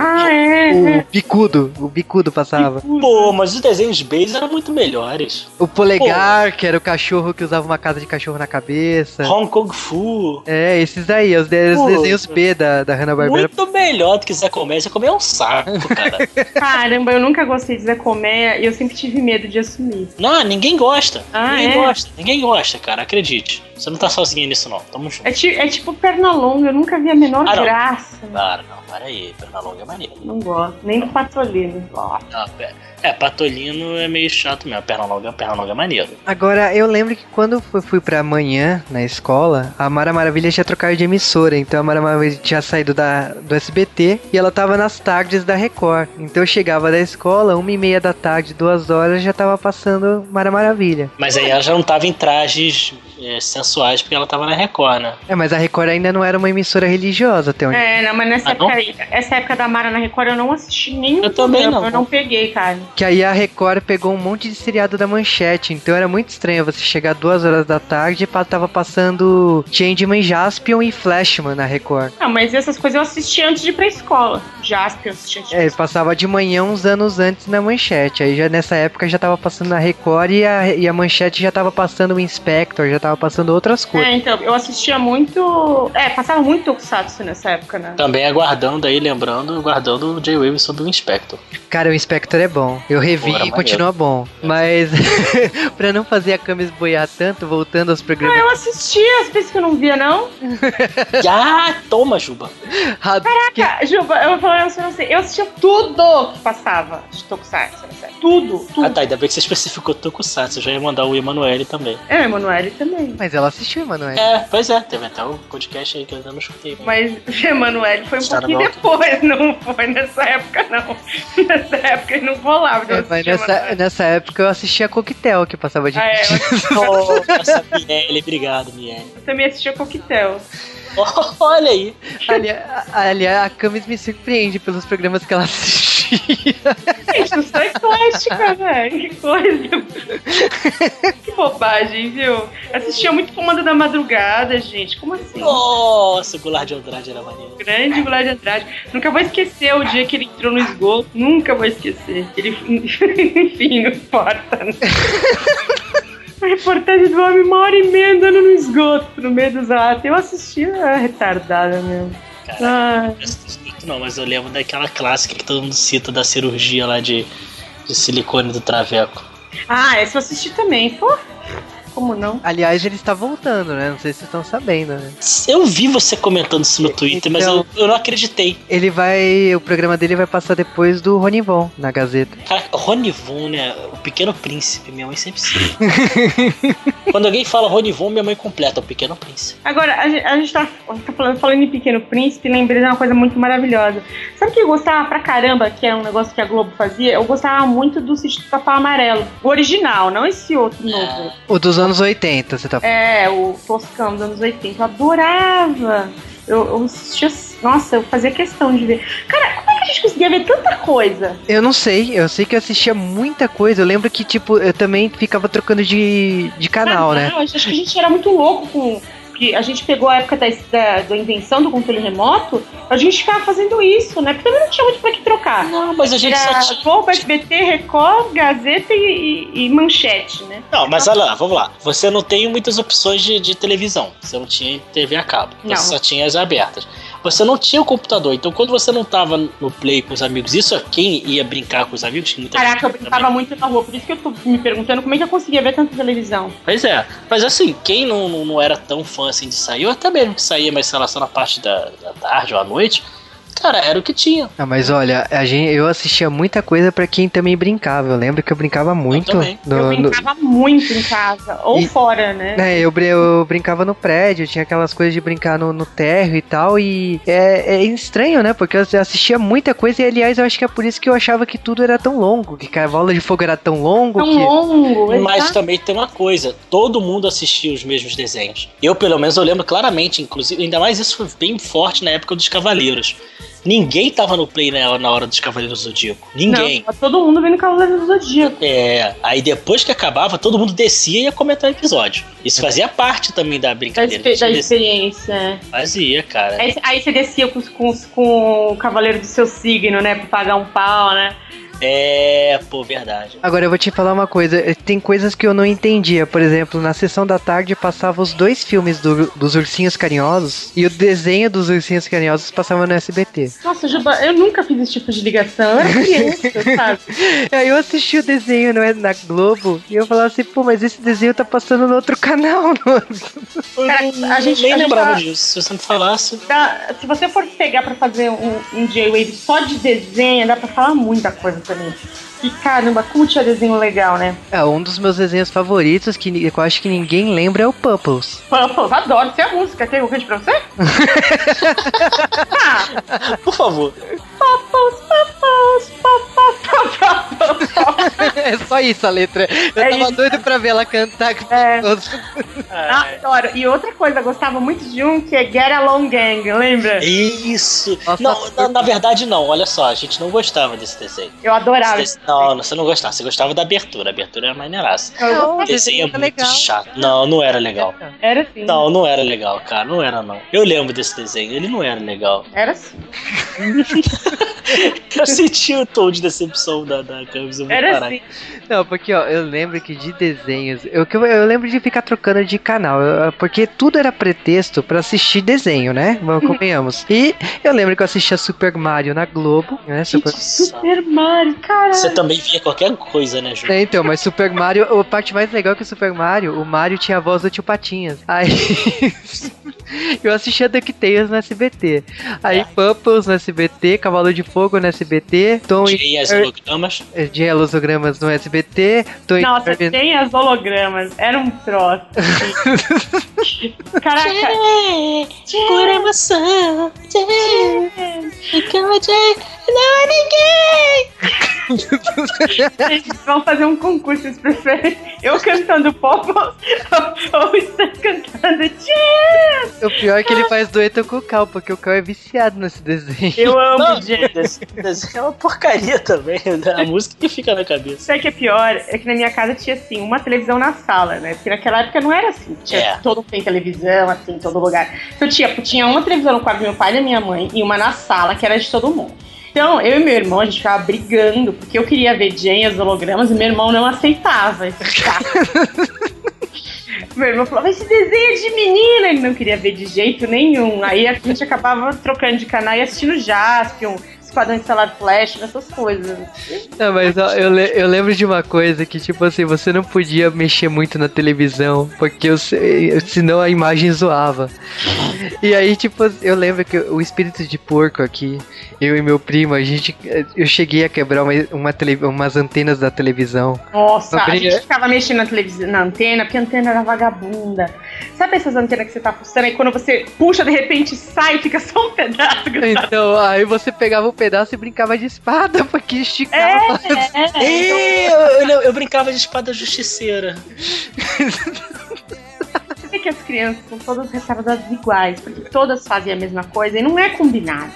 Bicudo passava. Pô, mas os desenhos B eram muito melhores. O Polegar, que era o cachorro que usava uma casa de cachorro na cabeça. Hong Kong Fu. Esses aí, os desenhos B da Hanna-Barbera. Muito melhor do que Zé Comé. Zé Comé é um saco, cara. Caramba, eu nunca gostei de Zé Comé e eu sempre tive medo de assumir. Não, ninguém gosta. Ah, Ninguém gosta, cara. Acredite. Você não tá sozinha nisso, não. Tamo junto. É tipo Pernalonga, eu nunca vi a menor graça. Claro, não. Para aí. Pernalonga é maneiro. Não gosto. Nem do Patolino. Patolino é meio chato mesmo. Pernalonga é maneiro. Agora, eu lembro que quando eu fui pra manhã na escola, a Mara Maravilha tinha trocado de emissora. Então a Mara Maravilha tinha saído do SBT e ela tava nas tardes da Record. Então eu chegava da escola, 1h30 da tarde, 2h, já tava passando Mara Maravilha. Mas aí ela já não tava em trajes sensuais porque ela tava na Record, né? Mas a Record ainda não era uma emissora religiosa até onde... Não, mas essa época da Mara na Record eu não assisti nenhum. Eu também não. Eu não peguei, cara. Que aí a Record pegou um monte de seriado da Manchete, então era muito estranho você chegar 2h da tarde e tava passando Changeman, Jaspion e Flashman na Record. Não, mas essas coisas eu assisti antes de ir pra escola. Jaspion eu assisti antes de ir pra escola. Passava de manhã uns anos antes na Manchete, aí já nessa época já tava passando na Record e a Manchete já tava passando o Inspector, já tava passando outras coisas. Então, eu assistia muito... passava muito Tokusatsu nessa época, né? Também aguardando o J-Wave sobre o Inspector. Cara, o Inspector é bom. Eu revi e continua bom. Mas, pra não fazer a Cami esboiar tanto, voltando aos programas... eu assistia, as vezes que eu não via, não. Toma, Juba. Caraca, Juba, eu vou falar pra você, eu assistia tudo que passava de Tokusatsu, sério. Tudo. Ah, tá, ainda bem que você especificou Tokusatsu, eu já ia mandar o Emanuele também. É, o Emanuele também. Mas ela assistiu, Emanuele. Pois é, teve até o podcast aí que eu ainda não escutei. Mas o Emanuele foi um pouquinho depois, não foi nessa época, não. Nessa época ele não rolava. Mas nessa época eu assistia Coquetel, que passava de... Nossa, Miele, obrigado, Miele. Eu também assistia Coquetel. Olha aí. Aliás, a Camis me surpreende pelos programas que ela assistia. Gente, isso é eclética, velho. Que coisa. Que bobagem, viu? Assistia muito Comando da Madrugada, gente. Como assim? Nossa, o Goulart de Andrade era maneiro. Grande Goulart de Andrade. Nunca vou esquecer o dia que ele entrou no esgoto. Nunca vou esquecer. Ele... Enfim, não importa. Né? A reportagem do homem 1h30 andando no esgoto, no meio dos atos. Eu assisti retardada mesmo. Cara, não, mas eu lembro daquela clássica que todo mundo cita da cirurgia lá de silicone do Traveco. Ah, essa eu assisti também. Pô, como não? Aliás, ele está voltando, né? Não sei se vocês estão sabendo, né? Eu vi você comentando isso no Twitter, então, mas eu não acreditei. O programa dele vai passar depois do Ronivon, na Gazeta. Cara, Ronivon, né? O Pequeno Príncipe, minha mãe sempre cita. Quando alguém fala Ronivon, minha mãe completa o Pequeno Príncipe. Agora, a gente tá falando em Pequeno Príncipe, lembrei de uma coisa muito maravilhosa. Sabe o que eu gostava pra caramba, que é um negócio que a Globo fazia? Eu gostava muito do Sítio do Capão Amarelo. O original, não esse outro novo. O dos anos 80, você tá falando. É, o Toscão dos anos 80. Eu adorava. Eu assistia. Nossa, eu fazia questão de ver. Cara, como é que a gente conseguia ver tanta coisa? Eu não sei. Eu sei que eu assistia muita coisa. Eu lembro que, tipo, eu também ficava trocando de canal, né? Acho que a gente era muito louco com... que a gente pegou a época da invenção do controle remoto, a gente ficava fazendo isso, né? Porque também não tinha muito pra que trocar. Não, mas a gente era só tinha... Globo, SBT, Record, Gazeta e Manchete, né? Não, mas olha lá, vamos lá. Você não tem muitas opções de televisão. Você não tinha TV a cabo. Você só tinha as abertas. Você não tinha o computador, então quando você não tava no play com os amigos, isso é quem ia brincar com os amigos? Caraca, eu brincava muito na rua, por isso que eu tô me perguntando como é que eu conseguia ver tanta televisão. Pois é, mas assim, quem não era tão fã assim de sair, ou até mesmo que saía, mas sei lá, só na parte da tarde ou à noite, cara, era o que tinha. Ah, mas olha, eu assistia muita coisa pra quem também brincava. Eu lembro que eu brincava muito. Eu também. Eu brincava muito em casa, ou fora, né? Eu brincava no prédio, tinha aquelas coisas de brincar no térreo e tal, e é estranho, né? Porque eu assistia muita coisa e, aliás, eu acho que é por isso que eu achava que tudo era tão longo, que Cavalo de Fogo era tão longo. Longo, mas também tem uma coisa, todo mundo assistia os mesmos desenhos. Eu, pelo menos, eu lembro claramente, inclusive, ainda mais isso foi bem forte na época dos Cavaleiros. Ninguém tava no play na hora dos Cavaleiros do Zodíaco. Ninguém. Não, todo mundo vendo Cavaleiros do Zodíaco. Aí depois que acabava, todo mundo descia e ia comentar o episódio. Isso fazia parte também da brincadeira. Da experiência. Fazia, cara. Aí você descia com o Cavaleiro do seu signo, né? Pra pagar um pau, né? Verdade. Agora eu vou te falar uma coisa, tem coisas que eu não entendia. Por exemplo, na sessão da tarde passava os 2 filmes dos Ursinhos Carinhosos e o desenho dos Ursinhos Carinhosos passava no SBT. Nossa, Juba, eu nunca fiz esse tipo de ligação, eu era criança, sabe? Aí eu assisti o desenho na Globo e eu falava assim, pô, mas esse desenho tá passando no outro canal. Cara, a gente nem lembrava disso, se você me falasse. Se você for pegar pra fazer um J-Wave só de desenho, dá pra falar muita coisa também. E caramba, como tinha desenho legal, né? Um dos meus desenhos favoritos, que eu acho que ninguém lembra, é o Pupples. Pupples, adoro. Isso é a música. Quer que eu cante pra você? Por favor. Pupples. É só isso a letra. Eu tava doido pra ver ela cantar. Adoro. E outra coisa, eu gostava muito de um que é Get Along Gang, lembra? Isso. Nossa, na verdade não, olha só, a gente não gostava desse desenho. Eu adorava. Não, você não gostava, você gostava da abertura. A abertura era maneiraça. O desenho é muito legal. Chato. Não era legal. Era sim. Não era legal, cara. Não era, não. Eu lembro desse desenho, ele não era legal. Era sim. Eu senti o tom de decepção da camisa. Era sim. Não, porque ó, eu lembro que de desenhos, eu lembro de ficar trocando de canal, porque tudo era pretexto pra assistir desenho, né? Vamos, convenhamos. E eu lembro que eu assistia Super Mario na Globo, né? Super Mario, cara. Você também via qualquer coisa, né, Ju? Então, mas Super Mario, a parte mais legal é que o Super Mario, o Mario tinha a voz do Tio Patinhas. Aí Eu assistia DuckTales no SBT. Aí Puppets no SBT, Cavalo de Fogo no SBT, Tom e as hologramas. Jay hologramas no SBT. Nossa, tem as hologramas. Era um troço. Caraca. Por emoção. Não é ninguém. Vamos fazer um concurso. Vocês preferem eu cantando Puppets ou você cantando Jazz? O pior é que ele faz dueto com o Cal, porque o Cal é viciado nesse desenho. Eu amo Jazz. Desenho é uma porcaria também, a música que fica na cabeça. Sabe o que é pior? É que na minha casa tinha, assim, uma televisão na sala, né? Porque naquela época não era assim. Tinha todo mundo tem televisão, assim, em todo lugar. Então tinha uma televisão no quarto do meu pai e da minha mãe e uma na sala, que era de todo mundo. Então, eu e meu irmão, a gente ficava brigando, porque eu queria ver Jane, as hologramas, e meu irmão não aceitava esse Meu irmão falava, esse desenho é de menina, ele não queria ver de jeito nenhum. Aí a gente acabava trocando de canal e assistindo Jaspion, Esquadrão de Salad Flash, essas coisas. Não, mas ó, eu lembro de uma coisa que, tipo assim, você não podia mexer muito na televisão, porque senão a imagem zoava. E aí, tipo, eu lembro que o espírito de porco aqui, eu e meu primo, eu cheguei a quebrar umas antenas da televisão. Nossa, a gente ficava mexendo na antena, porque a antena era vagabunda. Sabe essas antenas que você tá fuçando e quando você puxa, de repente sai e fica só um pedaço? Então, aí você pegava um pedaço e brincava de espada, porque esticava. Eu brincava de espada justiceira. Você vê que as crianças são todas retardadas iguais, porque todas fazem a mesma coisa e não é combinado.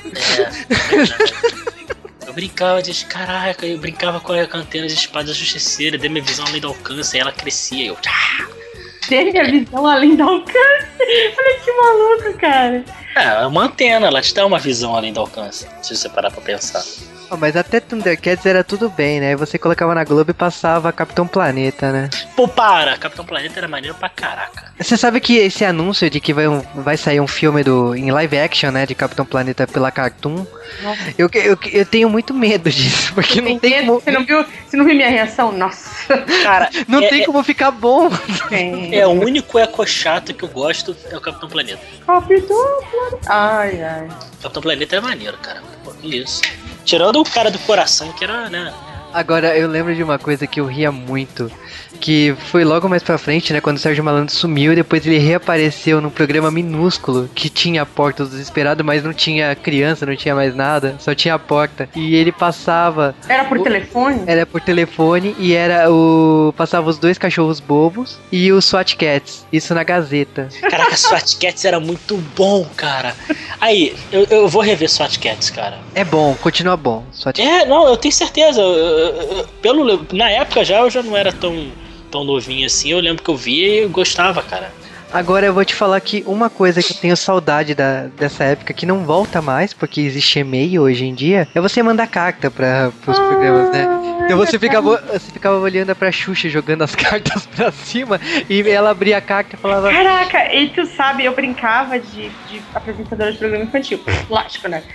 Eu brincava eu brincava com a antena de espada justiceira, dei minha visão além do alcance, e ela crescia, eu... Ter minha visão além do alcance? Olha que maluco, cara. É uma antena, ela te dá uma visão além do alcance, se você parar pra pensar. Oh, mas até Thundercats era tudo bem, né? Aí você colocava na Globo e passava Capitão Planeta, né? Pô, para! Capitão Planeta era maneiro pra caraca. Você sabe que esse anúncio de que vai sair um filme em live action, né? De Capitão Planeta pela Cartoon. Eu tenho muito medo disso, porque não tem como... Você não viu minha reação? Nossa. Cara, não tem como ficar bom. O único eco chato que eu gosto é o Capitão Planeta. Capitão Planeta. Ai, ai. Capitão Planeta é maneiro, cara. Pô, que isso. Tirando o cara do coração, que era, né? Agora, eu lembro de uma coisa que eu ria muito, que foi logo mais pra frente, né, quando o Sérgio Malandro sumiu e depois ele reapareceu num programa minúsculo, que tinha a Porta dos Desesperados, mas não tinha criança, não tinha mais nada, só tinha a porta. E ele passava... Era por telefone? Era por telefone e passava os 2 cachorros bobos e os SWAT Cats, isso na Gazeta. Caraca, SWAT Cats era muito bom, cara. Aí, eu vou rever SWAT Cats, cara. É bom, continua bom. Não, eu tenho certeza. Na época eu já não era tão novinho assim. Eu lembro que eu via e gostava, cara. Agora eu vou te falar que uma coisa que eu tenho saudade dessa época, que não volta mais, porque existe e-mail hoje em dia, é você mandar carta pros programas, né? Então você ficava olhando pra Xuxa jogando as cartas pra cima e ela abria a carta e falava... Caraca, e tu sabe, eu brincava de apresentadora de programa infantil. Lógico, né?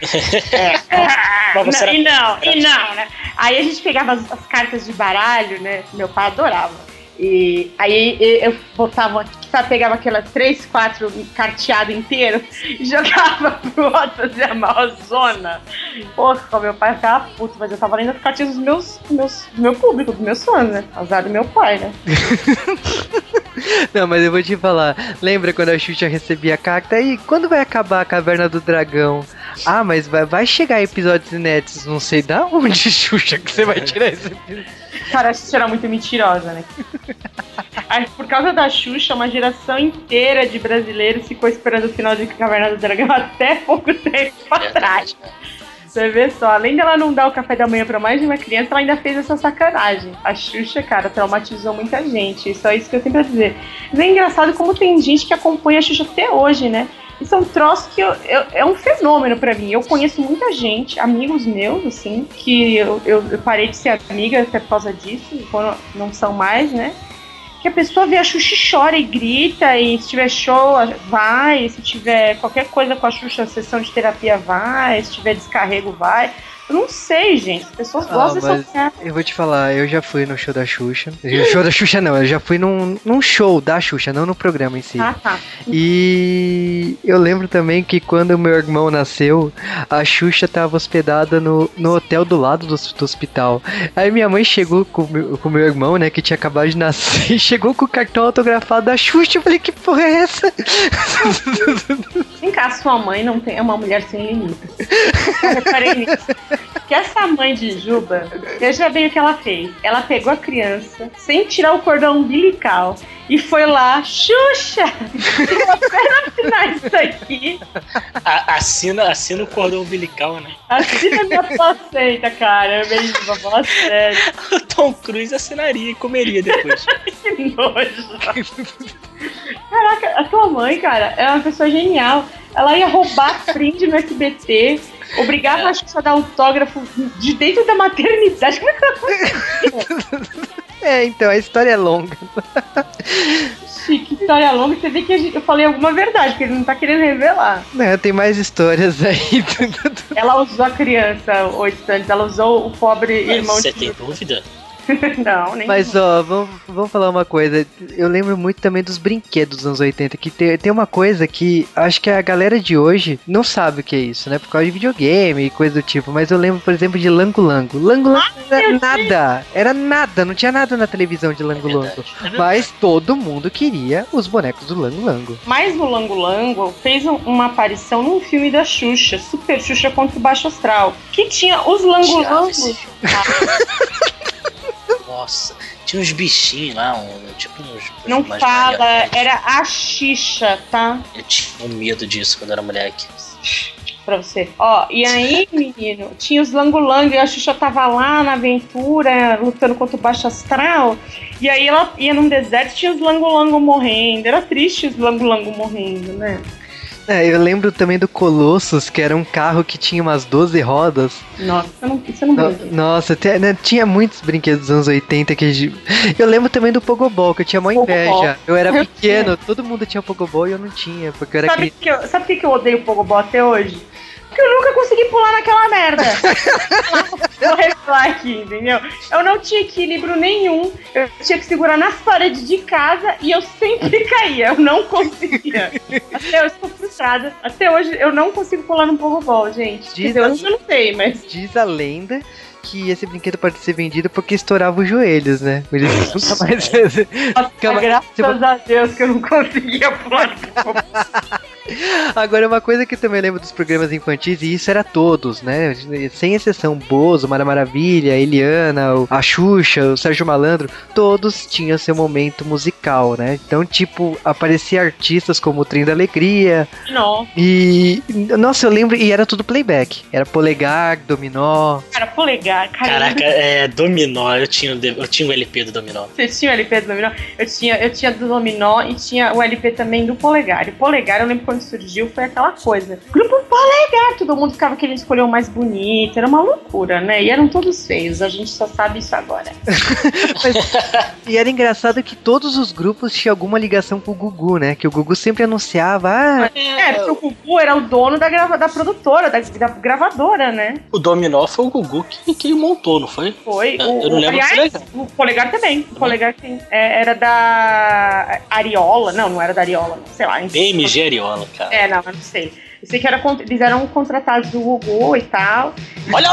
Não, né? Aí a gente pegava as cartas de baralho, né? Meu pai adorava. E aí eu botava, sabe, pegava aquelas 3, 4 carteado inteiro e jogava pro outro fazer a maior zona. Porra, meu pai ficava puto, mas eu tava lendo as cartinhas do meu público, dos meus fãs, né? Azar do meu pai, né? Não, mas eu vou te falar, lembra quando a Xuxa recebia a carta? E quando vai acabar a Caverna do Dragão? Ah, mas vai chegar episódios inéditos, não sei da onde, Xuxa, que você vai tirar esse episódio. Cara, a Xuxa era muito mentirosa, né? Aí, por causa da Xuxa, uma geração inteira de brasileiros ficou esperando o final de Caverna do Dragão até pouco tempo atrás. Você vê só, além dela não dar o café da manhã pra mais de uma criança, ela ainda fez essa sacanagem. A Xuxa, cara, traumatizou muita gente. Só isso que eu tenho pra dizer. Mas é engraçado como tem gente que acompanha a Xuxa até hoje, né? Isso é um troço que é um fenômeno pra mim. Eu conheço muita gente, amigos meus, assim, que eu parei de ser amiga até por causa disso, quando não são mais, né? Que a pessoa vê a Xuxa e chora e grita, e se tiver show, vai, se tiver qualquer coisa com a Xuxa, sessão de terapia, vai, se tiver descarrego, vai. Eu não sei, gente. As pessoas gostam dessa mulher. Eu vou te falar, eu já fui no show da Xuxa. Show da Xuxa não, eu já fui num show da Xuxa, não no programa em si. Ah, tá. E eu lembro também que quando meu irmão nasceu, a Xuxa tava hospedada no hotel do lado do hospital. Aí minha mãe chegou com o meu irmão, né, que tinha acabado de nascer, chegou com o cartão autografado da Xuxa. Eu falei, que porra é essa? Vem cá, sua mãe não tem, é uma mulher sem limites. Eu reparei nisso. Que essa mãe de Juba, veja bem o que ela fez. Ela pegou a criança, sem tirar o cordão umbilical, e foi lá, Xuxa! Você assinar isso aqui. Assina o cordão umbilical, né? Assina minha placenta, cara. Beijo, vovó, sério. O Tom Cruise assinaria e comeria depois. Que nojo. Caraca, a tua mãe, cara, é uma pessoa genial. Ela ia roubar print no SBT, obrigava a Xuxa a dar autógrafo de dentro da maternidade. Como é que ela conseguia? Então, a história é longa. Que história longa. Você vê que eu falei alguma verdade, que ele não tá querendo revelar. Não, tem mais histórias aí. Ela usou a criança 8 anos, ela usou o pobre irmão. Você tem dúvida? Não, nem. Mas ó, vamos falar uma coisa. Eu lembro muito também dos brinquedos dos anos 80, que tem uma coisa que acho que a galera de hoje não sabe o que é isso, né? Por causa de videogame e coisa do tipo. Mas eu lembro, por exemplo, de Lango Lango. Lango Lango era nada, não tinha nada na televisão de Lango Lango. Mas todo mundo queria os bonecos do Lango Lango. Mas o Lango Lango fez uma aparição num filme da Xuxa, Super Xuxa contra o Baixo Astral, que tinha os Lango Langos. Nossa, tinha uns bichinhos lá, tipo uns... Não fala, era a Xixa, tá? Eu tinha medo disso quando era moleque. Pra você. Ó, e aí, menino, tinha os Lango Lango e a Xuxa tava lá na aventura, lutando contra o Baixo Astral. E aí ela ia num deserto e tinha os Lango Lango morrendo. Era triste os Lango Lango morrendo, né? Eu lembro também do Colossus, que era um carro que tinha umas 12 rodas. Nossa, você não viu. Nossa, tinha muitos brinquedos dos anos 80 que... Eu lembro também do Pogobol, que eu tinha uma inveja. Eu era pequeno, todo mundo tinha Pogobol e eu não tinha, porque eu era criança. Sabe por que eu odeio o Pogobol até hoje? Porque eu nunca consegui pular naquela merda. Vou revelar aqui, entendeu? Eu não tinha equilíbrio nenhum. Eu tinha que segurar nas paredes de casa e eu sempre caía. Eu não conseguia. Até hoje estou frustrada. Até hoje eu não consigo pular no Pogobol, gente. Eu não sei, mas... Diz a lenda que esse brinquedo pode ser vendido porque estourava os joelhos, né? Eles nunca mais... Graças a Deus que eu não conseguia pular no Pogobol. Agora, uma coisa que eu também lembro dos programas infantis, e isso era todos, né? Sem exceção, Bozo, Mara Maravilha, Eliana, a Xuxa, o Sérgio Malandro, todos tinham seu momento musical, né? Então, tipo, aparecia artistas como o Trem da Alegria. Não. E, nossa, eu lembro, e era tudo playback. Era Polegar, Dominó. Cara, Polegar, cara. Caraca, Dominó, eu tinha o LP do Dominó. Você tinha o LP do Dominó? Eu tinha do Dominó e tinha o LP também do Polegar. E o Polegar, eu lembro quando surgiu, foi aquela coisa. Grupo Polegar, todo mundo ficava querendo escolher o mais bonito, era uma loucura, né? E eram todos feios, a gente só sabe isso agora. E era engraçado que todos os grupos tinham alguma ligação com o Gugu, né? Que o Gugu sempre anunciava... porque o Gugu era o dono da produtora, da gravadora, né? O Dominó foi o Gugu que montou, não foi? Foi. Eu não lembro aliás, o Polegar também. O Polegar era da Ariola. Não era da Ariola, sei lá. BMG Ariola, cara. Não, eu não sei. Eu sei que eles eram contratados do Gugu e tal. Olha!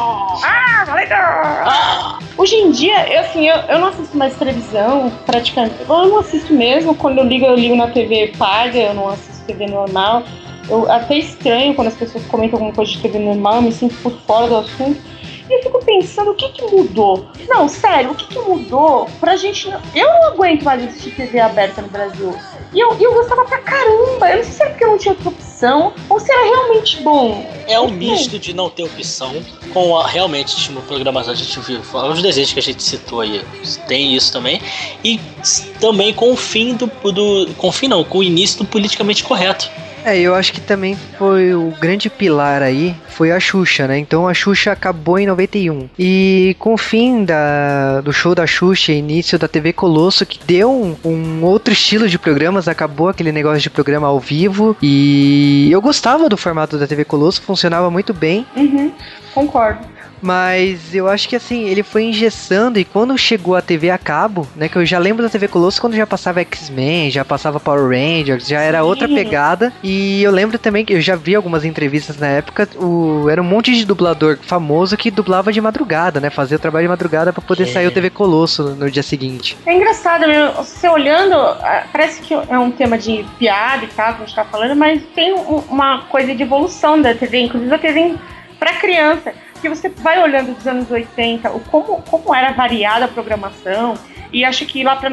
Legal! Hoje em dia, eu não assisto mais televisão, praticamente. Eu não assisto mesmo. Quando eu ligo na TV paga, eu não assisto TV normal. Eu até estranho quando as pessoas comentam alguma coisa de TV normal, eu me sinto por fora do assunto. E eu fico pensando, o que mudou? Não, sério, o que mudou pra gente... Eu não aguento mais assistir TV aberta no Brasil. E eu gostava pra caramba. Eu não sei se era porque eu não tinha outra opção ou se era realmente bom. É um misto de não ter opção com realmente tipo, programação. A gente viu os desenhos que a gente citou aí. Tem isso também. E também com o fim com o início do politicamente correto. Eu acho que também foi o grande pilar aí, foi a Xuxa, né? Então a Xuxa acabou em 91. E com o fim do show da Xuxa, início da TV Colosso, que deu um outro estilo de programas, acabou aquele negócio de programa ao vivo. E eu gostava do formato da TV Colosso, funcionava muito bem. Uhum, concordo. Mas eu acho que assim, ele foi engessando, e quando chegou a TV a cabo, né, que eu já lembro da TV Colosso quando já passava X-Men, já passava Power Rangers, já era outra pegada. E eu lembro também que eu já vi algumas entrevistas na época, era um monte de dublador famoso que dublava de madrugada, né, fazia o trabalho de madrugada pra poder sair o TV Colosso no dia seguinte. É engraçado, você olhando, parece que é um tema de piada e tal, que a gente tá falando, mas tem uma coisa de evolução da TV, inclusive a TV pra criança. Porque você vai olhando dos anos 80, como era variada a programação, e acho que lá para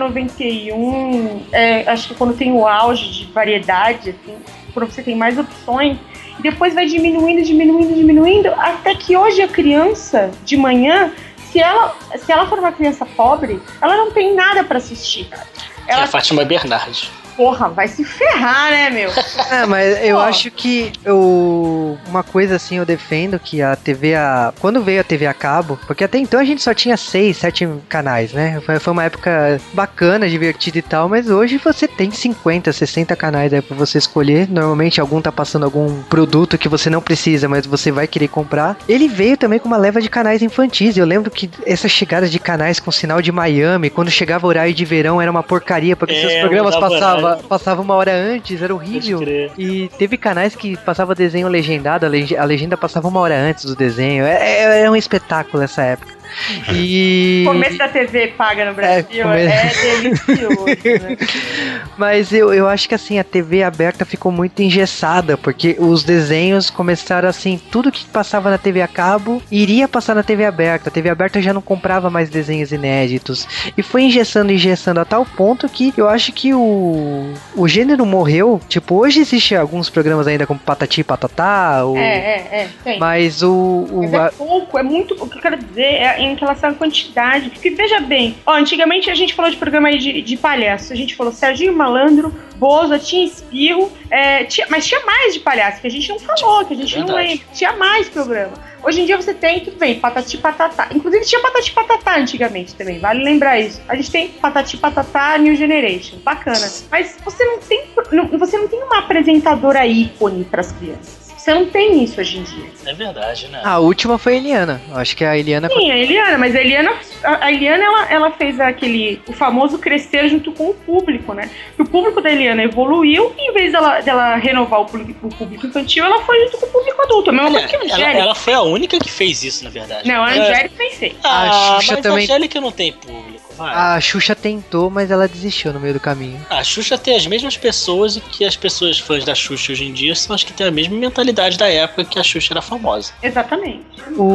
91, acho que quando tem o auge de variedade, assim, quando você tem mais opções, e depois vai diminuindo, até que hoje a criança, de manhã, se ela for uma criança pobre, ela não tem nada para assistir. É a Fátima Bernardes. Porra, vai se ferrar, né, meu? Mas eu acho que uma coisa assim, eu defendo que a TV quando veio a TV a cabo, porque até então a gente só tinha 6, 7 canais, né? Foi uma época bacana, divertida e tal, mas hoje você tem 50, 60 canais aí pra você escolher. Normalmente algum tá passando algum produto que você não precisa, mas você vai querer comprar. Ele veio também com uma leva de canais infantis. Eu lembro que essas chegadas de canais com sinal de Miami, quando chegava o horário de verão, era uma porcaria, porque seus programas passava uma hora antes, era horrível. E teve canais que passava desenho legendado, a legenda passava uma hora antes do desenho. Era um espetáculo essa época. E... começo da TV paga no Brasil é delicioso, né? Mas eu acho que assim, a TV aberta ficou muito engessada, porque os desenhos começaram assim, tudo que passava na TV a cabo iria passar na TV aberta. A TV aberta já não comprava mais desenhos inéditos, e foi engessando a tal ponto que eu acho que o gênero morreu. Tipo, hoje existe alguns programas ainda como Patati e Patatá, tem. Mas mas é pouco, é muito. O que eu quero dizer em relação à quantidade. Porque veja bem, antigamente a gente falou de programa aí de palhaço. A gente falou Serginho Malandro, Bozo, tinha Espirro, mas tinha mais de palhaço, que a gente não falou, que a gente não lembra. Tinha mais programa. Hoje em dia você tem, tudo bem, Patati Patatá. Inclusive tinha Patati Patatá antigamente também, vale lembrar isso. A gente tem Patati Patatá New Generation, bacana. Mas você não tem uma apresentadora ícone para as crianças. Você não tem isso hoje em dia. É verdade, né? A última foi a Eliana. Eu acho que a Eliana... Sim, a Eliana, mas a Eliana ela fez o famoso crescer junto com o público, né? E o público da Eliana evoluiu, e em vez dela renovar o público infantil, ela foi junto com o público adulto. A mesma coisa que a Angélica. Ela foi a única que fez isso, na verdade. Não, a Angélica fez. A Xuxa mas também... a Angélica não tem público. Vai. A Xuxa tentou, mas ela desistiu no meio do caminho. A Xuxa tem as mesmas pessoas, e que as pessoas fãs da Xuxa hoje em dia são as que têm a mesma mentalidade da época que a Xuxa era famosa. Exatamente.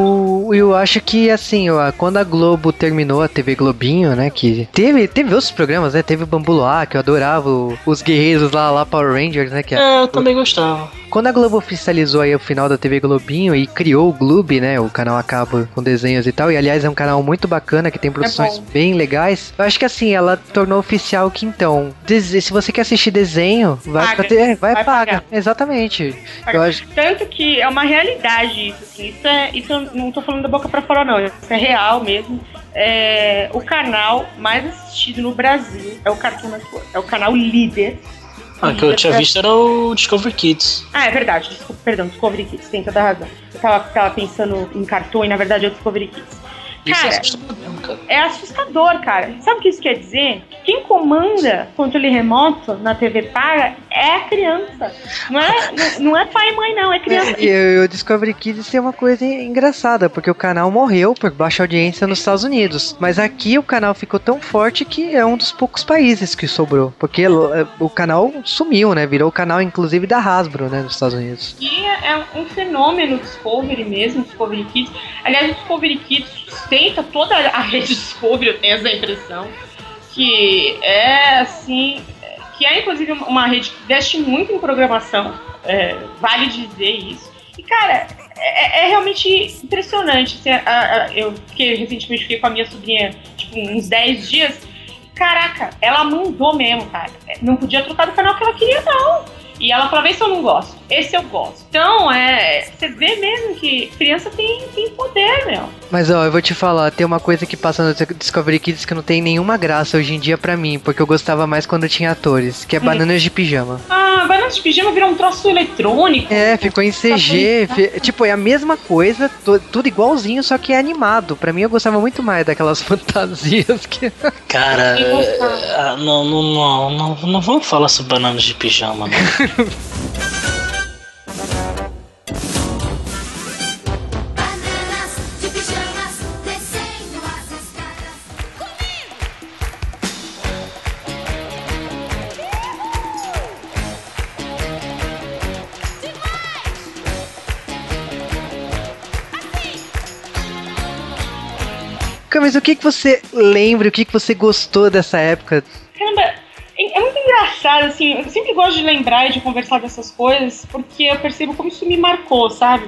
Eu acho que, assim, quando a Globo terminou a TV Globinho, né, que teve outros programas, né, teve o Bambu Luar, que eu adorava, os guerreiros lá, Power Rangers, né, eu também gostava. Quando a Globo oficializou aí o final da TV Globinho e criou o Gloob, né, o canal a cabo com desenhos e tal, e aliás é um canal muito bacana, que tem produções bem legais, eu acho que assim, ela tornou oficial que então, se você quer assistir desenho, vai pagar. Exatamente. Paga. Eu acho... Tanto que é uma realidade isso, assim, isso eu não tô falando da boca pra fora não, isso é real mesmo. O canal mais assistido no Brasil é o Cartoon Network, é o canal líder. Que eu tinha visto era o Discovery Kids. É verdade, Discovery Kids, tem toda a razão. Eu tava pensando em Cartoon e na verdade é o Discovery Kids. Isso cara, é assustador mesmo, cara. É assustador, cara. Sabe o que isso quer dizer? Quem comanda controle remoto na TV paga é a criança. Não é pai e mãe, não, é criança. Eu descobri que isso é uma coisa engraçada, porque o canal morreu por baixa audiência nos Estados Unidos. Mas aqui o canal ficou tão forte que é um dos poucos países que sobrou. Porque o canal sumiu, né? Virou o canal, inclusive, da Hasbro, né? Nos Estados Unidos. E é um fenômeno Discovery mesmo, Discovery Kids. Aliás, o Discovery Kids sustenta toda a rede Discovery, eu tenho essa impressão. Que é, assim... Que é, inclusive, uma rede que investe muito em programação. Vale dizer isso. E, cara, é realmente impressionante. Assim, eu recentemente fiquei com a minha sobrinha, tipo, uns 10 dias. Caraca, ela mandou mesmo, cara. Não podia trocar do canal que ela queria, não. E ela falava, esse eu não gosto, esse eu gosto. Então, você vê mesmo que criança tem poder, meu. Mas ó, eu vou te falar, tem uma coisa que passa no Discovery Kids que não tem nenhuma graça hoje em dia pra mim, porque eu gostava mais quando tinha atores, que é Bananas de Pijama. Ah, Bananas de Pijama virou um troço eletrônico. Ficou em CG, tipo, é a mesma coisa, tudo igualzinho, só que é animado. Pra mim eu gostava muito mais daquelas fantasias que... Cara, não vamos falar sobre Bananas de Pijama, não. Mas o que você lembra, o que você gostou dessa época? Caramba, é muito engraçado, assim, eu sempre gosto de lembrar e de conversar dessas coisas, porque eu percebo como isso me marcou, sabe?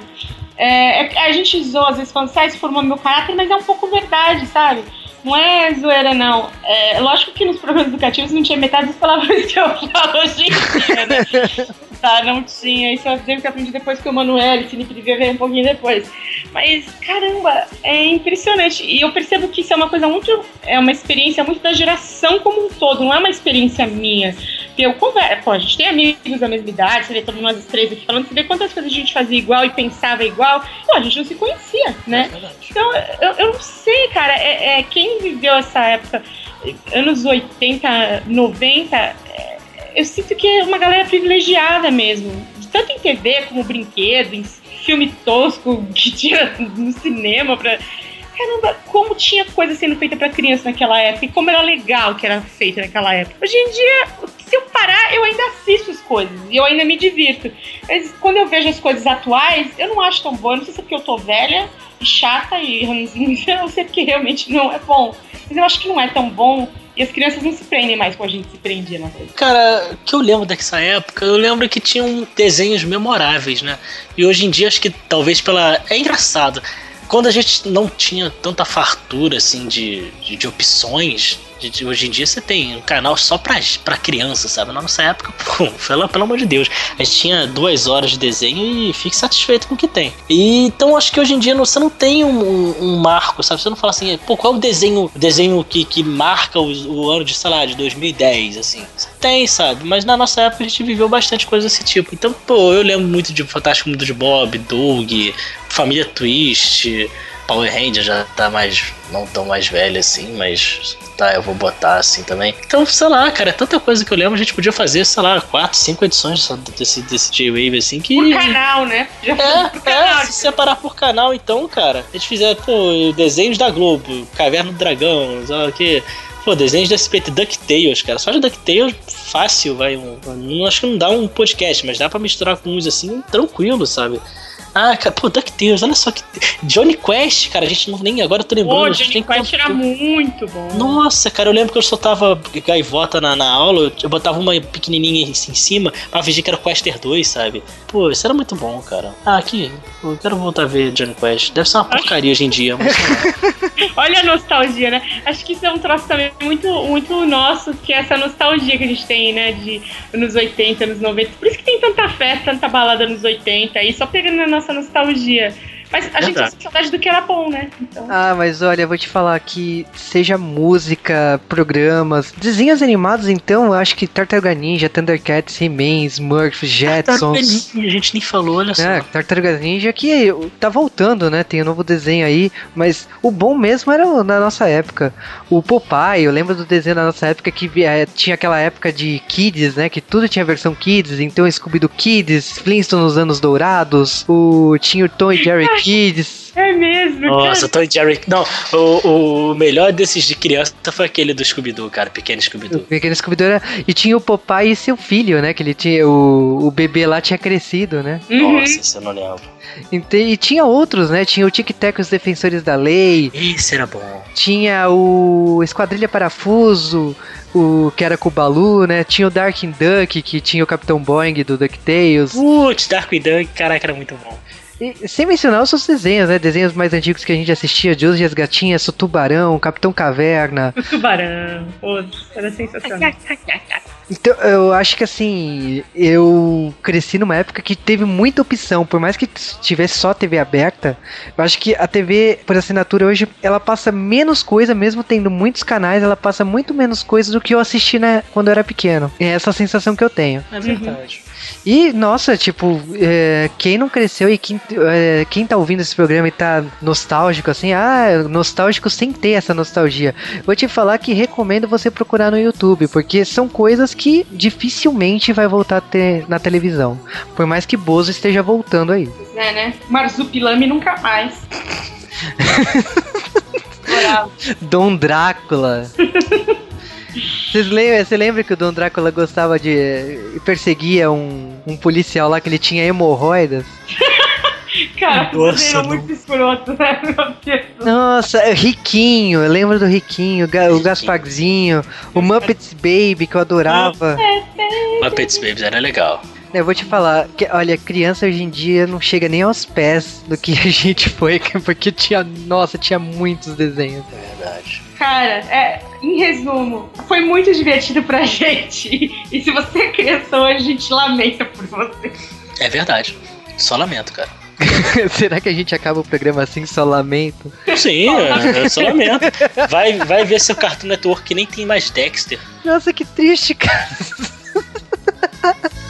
A gente zoa, às vezes, falando, isso formou meu caráter, mas é um pouco verdade, sabe? Não é zoeira, não. Lógico que nos programas educativos não tinha metade das palavras que eu falo hoje em dia, né? Tá, não tinha. Isso eu devo que aprendi depois que o Manuel e Felipe devia ver um pouquinho depois. Mas, caramba, é impressionante. E eu percebo que isso é uma coisa muito... É uma experiência muito da geração como um todo. Não é uma experiência minha. Porque eu converso... Pô, a gente tem amigos da mesma idade. Você vê todos nós três aqui falando. Você vê quantas coisas a gente fazia igual e pensava igual. Pô, a gente não se conhecia, né? Então, eu não sei, cara. Quem viveu essa época, anos 80, 90... eu sinto que é uma galera privilegiada mesmo. Tanto em TV como brinquedo, em filme tosco que tinha no cinema. Caramba, como tinha coisa sendo feita pra criança naquela época e como era legal que era feita naquela época. Hoje em dia, se eu parar, eu ainda assisto as coisas e eu ainda me divirto. Mas quando eu vejo as coisas atuais, eu não acho tão bom. Eu não sei se é porque eu tô velha e chata e ranzinza, eu não sei porque realmente não é bom. Mas eu acho que não é tão bom. E as crianças não se prendem mais como a gente se prendia na coisa. Cara, o que eu lembro dessa época, eu lembro que tinham desenhos memoráveis, né? E hoje em dia, acho que talvez pela... É engraçado. Quando a gente não tinha tanta fartura, assim, de opções... Hoje em dia você tem um canal só pra criança, sabe? Na nossa época, pô, pelo amor de Deus, a gente tinha 2 horas de desenho e fique satisfeito com o que tem. E, então acho que hoje em dia você não tem um marco, sabe? Você não fala assim, pô, qual é o desenho que marca o ano de, sei lá, de 2010, assim? Você tem, sabe? Mas na nossa época a gente viveu bastante coisa desse tipo. Então, pô, eu lembro muito de Fantástico Mundo de Bob, Doug, Família Twist... Power Ranger já tá não tão mais velho assim, mas tá, eu vou botar assim também. Então, sei lá, cara, é tanta coisa que eu lembro, a gente podia fazer, sei lá, 4, 5 edições desse J-Wave assim que... Por canal, né? Se separar por canal então, cara. A gente fizer, pô, desenhos da Globo, Caverna do Dragão, sabe o quê? Pô, desenhos da SBT, DuckTales, cara. Só de DuckTales, fácil, vai. Acho que não dá um podcast, mas dá pra misturar com uns assim, tranquilo, sabe? Ah, cara, pô, DuckTales, olha só que... Johnny Quest, cara, a gente nem agora eu tô lembrando. Pô, Johnny Quest era muito bom. Nossa, cara, eu lembro que eu soltava gaivota na aula, eu botava uma pequenininha em cima pra fingir que era o Quester 2, sabe? Pô, isso era muito bom, cara. Ah, aqui, eu quero voltar a ver Johnny Quest. Deve ser uma porcaria hoje em dia, mas... Olha a nostalgia, né? Acho que isso é um troço também muito, muito nosso, que é essa nostalgia que a gente tem, né? De anos 80, anos 90. Por isso que tem tanta festa, tanta balada nos 80 aí, só pegando na nossa nostalgia. Mas a gente tem saudade do que era bom, né? Então... Ah, mas olha, eu vou te falar que seja música, programas, desenhos animados, então, eu acho que Tartaruga Ninja, Thundercats, He-Man, Smurfs, Jetsons... Tartaruga Ninja, a gente nem falou, olha só. Tartaruga Ninja que tá voltando, né? Tem um novo desenho aí, mas o bom mesmo era na nossa época. O Popeye, eu lembro do desenho da nossa época que tinha aquela época de Kids, né? Que tudo tinha versão Kids, então Scooby-Doo Kids, Flintstones nos Anos Dourados, tinha o Tom e Jerry Kids. É mesmo, nossa, Tom e Jerry... Não, o melhor desses de criança foi aquele do Scooby-Doo, cara, Pequeno Scooby-Doo. O Pequeno Scooby-Doo era... E tinha o Popeye e seu filho, né? Que ele tinha... O bebê lá tinha crescido, né? Nossa, isso eu não lembro. E tinha outros, né? Tinha o Tic Tac e os Defensores da Lei. Esse era bom. Tinha o Esquadrilha Parafuso, que era com o Balu, né? Tinha o Darkwing Duck, que tinha o Capitão Boing do DuckTales. Putz, Darkwing Duck, caraca, era muito bom. E, sem mencionar os seus desenhos, né? Desenhos mais antigos que a gente assistia, Josie e as Gatinhas, o Tubarão, Capitão Caverna. O Tubarão, pô, era sensacional. Então, eu acho que assim, eu cresci numa época que teve muita opção, por mais que tivesse só TV aberta, eu acho que a TV por assinatura hoje, ela passa menos coisa, mesmo tendo muitos canais, ela passa muito menos coisa do que eu assisti, né, quando eu era pequeno. É essa sensação que eu tenho. É verdade. E, nossa, tipo, quem não cresceu e quem tá ouvindo esse programa e tá nostálgico, assim, nostálgico sem ter essa nostalgia, vou te falar que recomendo você procurar no YouTube, porque são coisas que dificilmente vai voltar a ter na televisão, por mais que Bozo esteja voltando aí. É, né? Marsupilame nunca mais. Dom Drácula. Você lembra que o Dom Drácula gostava de perseguia um policial lá que ele tinha hemorroidas? Cara, você é muito escroto, né, meu Deus? Nossa, Riquinho, eu lembro do Riquinho, o Gasparzinho, o Muppets Baby, que eu adorava. Muppets Baby era legal. Eu vou te falar, olha, criança hoje em dia não chega nem aos pés do que a gente foi, porque tinha muitos desenhos. É verdade. Cara, em resumo, foi muito divertido pra gente. E se você é criança hoje, a gente lamenta por você. É verdade. Só lamento, cara. Será que a gente acaba o programa assim, só lamento? Sim, eu só lamento. Vai ver seu Cartoon Network que nem tem mais Dexter. Nossa, que triste, cara.